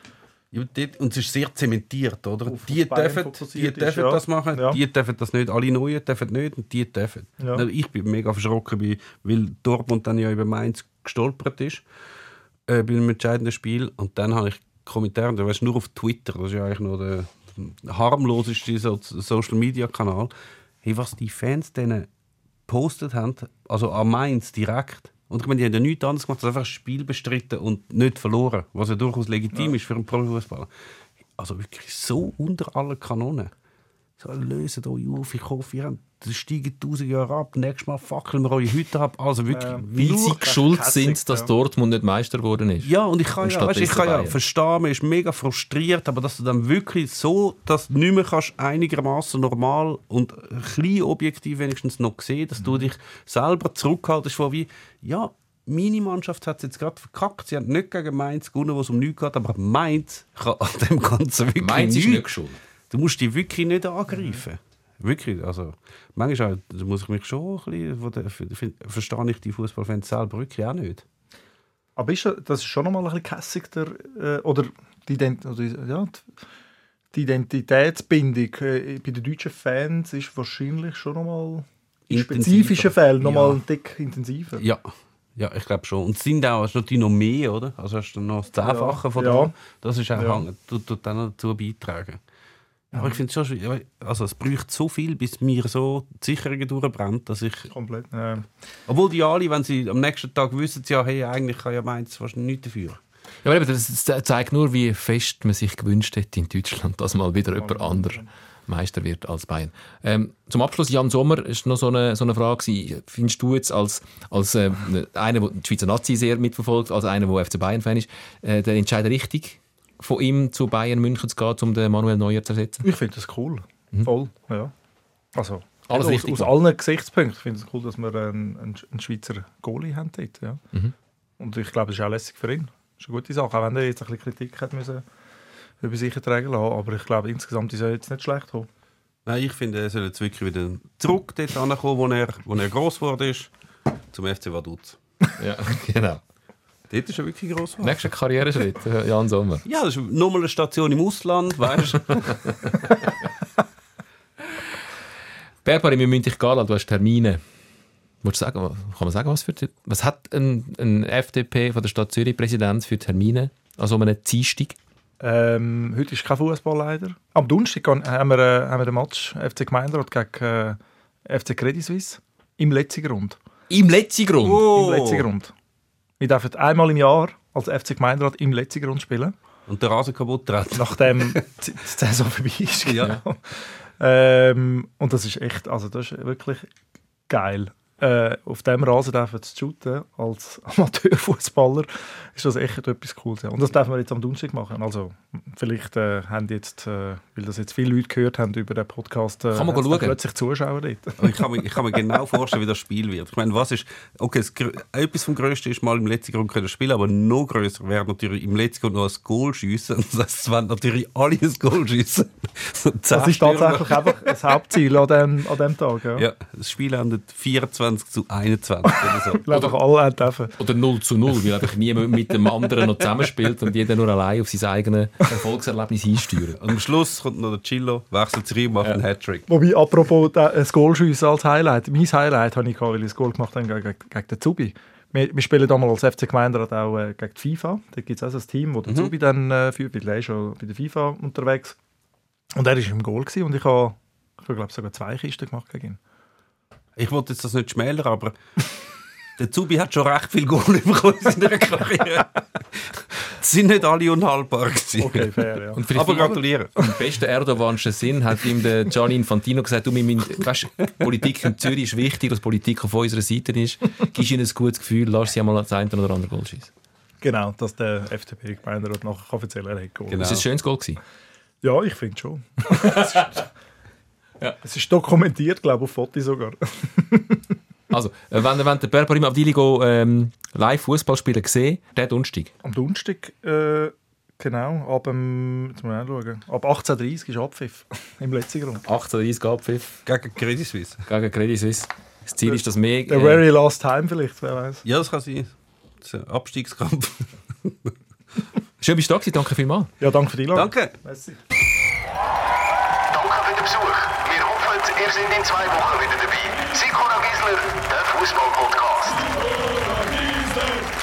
Ja, dort, und es ist sehr zementiert, oder? Auf- Die auf Bayern dürfen, fokussiert die ist, dürfen ja. das machen, Ja. die dürfen das nicht. Alle Neuen dürfen nicht und die dürfen. Ja. Ich bin mega verschrocken, bei- weil Dortmund dann ja über Mainz gestolpert ist äh, bei einem entscheidenden Spiel. Und dann habe ich Kommentare, du weißt, nur auf Twitter, das ist ja eigentlich nur der harmloseste so Social-Media-Kanal, hey, was die Fans denen gepostet haben, also an Mainz direkt. Und ich meine, die haben ja nichts anderes gemacht, als einfach ein Spiel bestritten und nicht verloren, was ja durchaus legitim ja. ist für einen Profifußballer. Also wirklich so unter aller Kanonen. So, löset euch auf, ich hoffe, ihr habt, das steigen tausend Jahre ab, nächstes Mal fackeln wir eure Hütte ab. Also wirklich, Ähm, Weil sie schuld Kässig, sind, dass ja. Dortmund nicht Meister geworden ist. ja, und ich kann, Und ja, weißt, ich kann ja Bayern. verstehen, man ist mega frustriert, aber dass du dann wirklich so, dass du nicht mehr kannst, einigermaßen normal und ein bisschen objektiv wenigstens noch sehen, dass du dich selber zurückhaltest von wie, ja, meine Mannschaft hat es jetzt gerade verkackt, sie haben nicht gegen Mainz gewonnen, wo es um nichts geht, aber Mainz kann an dem Ganzen wirklich Mainz ist nichts. nicht schuld. Du musst die wirklich nicht angreifen. Wirklich, also manchmal da muss ich mich schon ein bisschen, verstehe ich die Fußballfans selber wirklich auch nicht. Aber ist, das ist schon noch mal ein bisschen kässig, der, äh, oder, die, Ident- oder ja, die Identitätsbindung äh, bei den deutschen Fans ist wahrscheinlich schon noch mal in Intensiver. spezifischen Fällen noch Ja. mal ein Dick intensiver. Ja, ja, ich glaube schon. Und es sind auch, hast du natürlich noch mehr, oder? Also hast du noch das Zehnfache Ja. von Ja. dem. Das ist auch Ja. hang- tut, tut dann noch dazu beitragen. Aber ich finde es schon schwierig. Also es bräuchte so viel, bis mir so die Sicherungen durchbrennt, dass ich... Komplett. Äh, Obwohl die alle, wenn sie am nächsten Tag wissen, ja, hey, eigentlich kann ja Mainz fast nichts dafür. Ja, aber eben, das zeigt nur, wie fest man sich gewünscht hätte in Deutschland, dass mal wieder jemand anderes Meister wird als Bayern. Ähm, zum Abschluss, Jan Sommer, ist noch so eine, so eine Frage gewesen. Findest du jetzt als, als äh, einer, der die Schweizer Nazi sehr mitverfolgt, als einer, der F C Bayern-Fan ist, äh, der Entscheid richtig, von ihm zu Bayern München zu gehen, um den Manuel Neuer zu ersetzen? ich finde das cool. Mhm. Voll, ja. Also, Alles aus, richtig aus gemacht. allen Gesichtspunkten finde ich es cool, dass wir einen, einen, einen Schweizer Goalie haben dort, ja. Mhm. Und ich glaube, das ist auch lässig für ihn. Das ist eine gute Sache, auch wenn er jetzt ein bisschen Kritik hat müssen über sich tragen lassen. Aber ich glaube, insgesamt ist er jetzt nicht schlecht gekommen. Nein, ich finde, er soll jetzt wirklich wieder zurück dort ankommen, wo er, wo er gross geworden ist, zum F C Vaduz. Ja, genau. Dort ist er wirklich gross geworden. Nächster Karriereschritt, äh, Jan Sommer. Ja, das ist nochmal eine Station im Ausland, weißt du? Berbari, wir müssen dich gehen lassen, du hast Termine. Willst du sagen, kann man sagen, was für was hat ein, ein F D P von der Stadt Zürich Präsident für Termine an so einem Dienstag? Ähm, heute ist kein Fußball leider. Am Donnerstag gehen- haben wir, äh, haben wir den Match F C Gemeinderat gegen äh, F C Credit Suisse im letzten Grund. Im letzten Grund? Oh. Im letzten Grund. Wir dürfen einmal im Jahr als F C Gemeinderat im letzten Grund spielen, Und der Rasen kaputt treten. nachdem die die Saison vorbei ist. Ja. Genau. Ähm, und das ist echt, also das ist wirklich geil. Äh, auf diesem Rasen dürfen zu shooten als Amateurfußballer ist das echt etwas Cooles. Ja. Und das dürfen wir jetzt am Donnerstag machen. Also vielleicht äh, haben jetzt, äh, weil das jetzt viele Leute gehört haben über den Podcast, äh, Kann man hat's schauen? dann plötzlich Zuschauer dort. Aber ich kann, mir, ich kann mir genau vorstellen, wie das Spiel wird. Ich meine, was ist, okay, das, Gr- etwas vom Größten ist mal im letzten Grund können spielen, aber noch grösser wäre natürlich im letzten Grund noch ein Goal schiessen. Das heisst, es werden natürlich alle ein Goal schiessen. So Das ist tatsächlich einfach das Hauptziel an dem, an dem Tag. Ja. Ja, das Spiel endet vierundzwanzig zu einundzwanzig oder so. Ich glaube, einfach alle haben dürfen. Oder null zu null, weil einfach niemand mit dem anderen noch zusammenspielt und jeder nur allein auf sein eigenes Erfolgserlebnis einsteuert. Und am Schluss kommt noch der Chillo, wechselt sich rein und macht einen Hattrick. Wobei, apropos da- ein Goalschiessen als Highlight. Mein Highlight habe ich gehabt, weil ich das Goal gemacht habe gegen, gegen den Zubi. Wir, wir spielen damals als F C Gemeinderat auch äh, gegen die FIFA. Da gibt es auch so ein Team, das den Zubi dann äh, führt, weil der ist schon bei der FIFA unterwegs. Und er war im Goal gewesen und ich habe, ich glaube, sogar zwei Kisten gemacht gegen ihn. Ich wollte jetzt das nicht schmälern, aber der Zubi hat schon recht viel Goal bekommen in seiner Karriere. Es sind nicht alle unhaltbar gewesen. Okay, fair, ja. Und vielleicht Aber gratulieren. im besten Erdoganschen Sinn hat ihm der Gianni Infantino gesagt, du, wir müssen, weißt, Politik in Zürich ist wichtig, dass Politik auf unserer Seite ist. Gibst ihnen ein gutes Gefühl, lass sie einmal das eine oder andere Goal schießen. Genau, dass der F D P-Gemeinderat nachher offiziell er hat geholt. Genau. Ist das ein schönes Goal gewesen? Ja, ich finde schon. Ja. Es ist dokumentiert, glaube ich, auf Fotos sogar. Also, äh, wenn, wenn der Berber auf Diligo ähm, live Fußball spielen gesehen, der Donnerstag. Am Donnerstag, äh, genau, ab, ähm, jetzt muss ich schauen, ab achtzehn Uhr dreißig ist Abpfiff im letzten Grund. achtzehn Uhr dreißig Abpfiff Gegen Credit Suisse. gegen Credit Suisse. Das Ziel ist, dass mehr... Der very last time vielleicht, wer weiß. Ja, das kann sein. Das ist ein Abstiegskampf. Schön, bist du da gewesen. Danke vielmals. Ja, danke für die Einladung. Danke. Merci. Danke für den Besuch. Wir hoffen, ihr seid in zwei Wochen wieder dabei. Sikora Gisler, der Fußball-Podcast.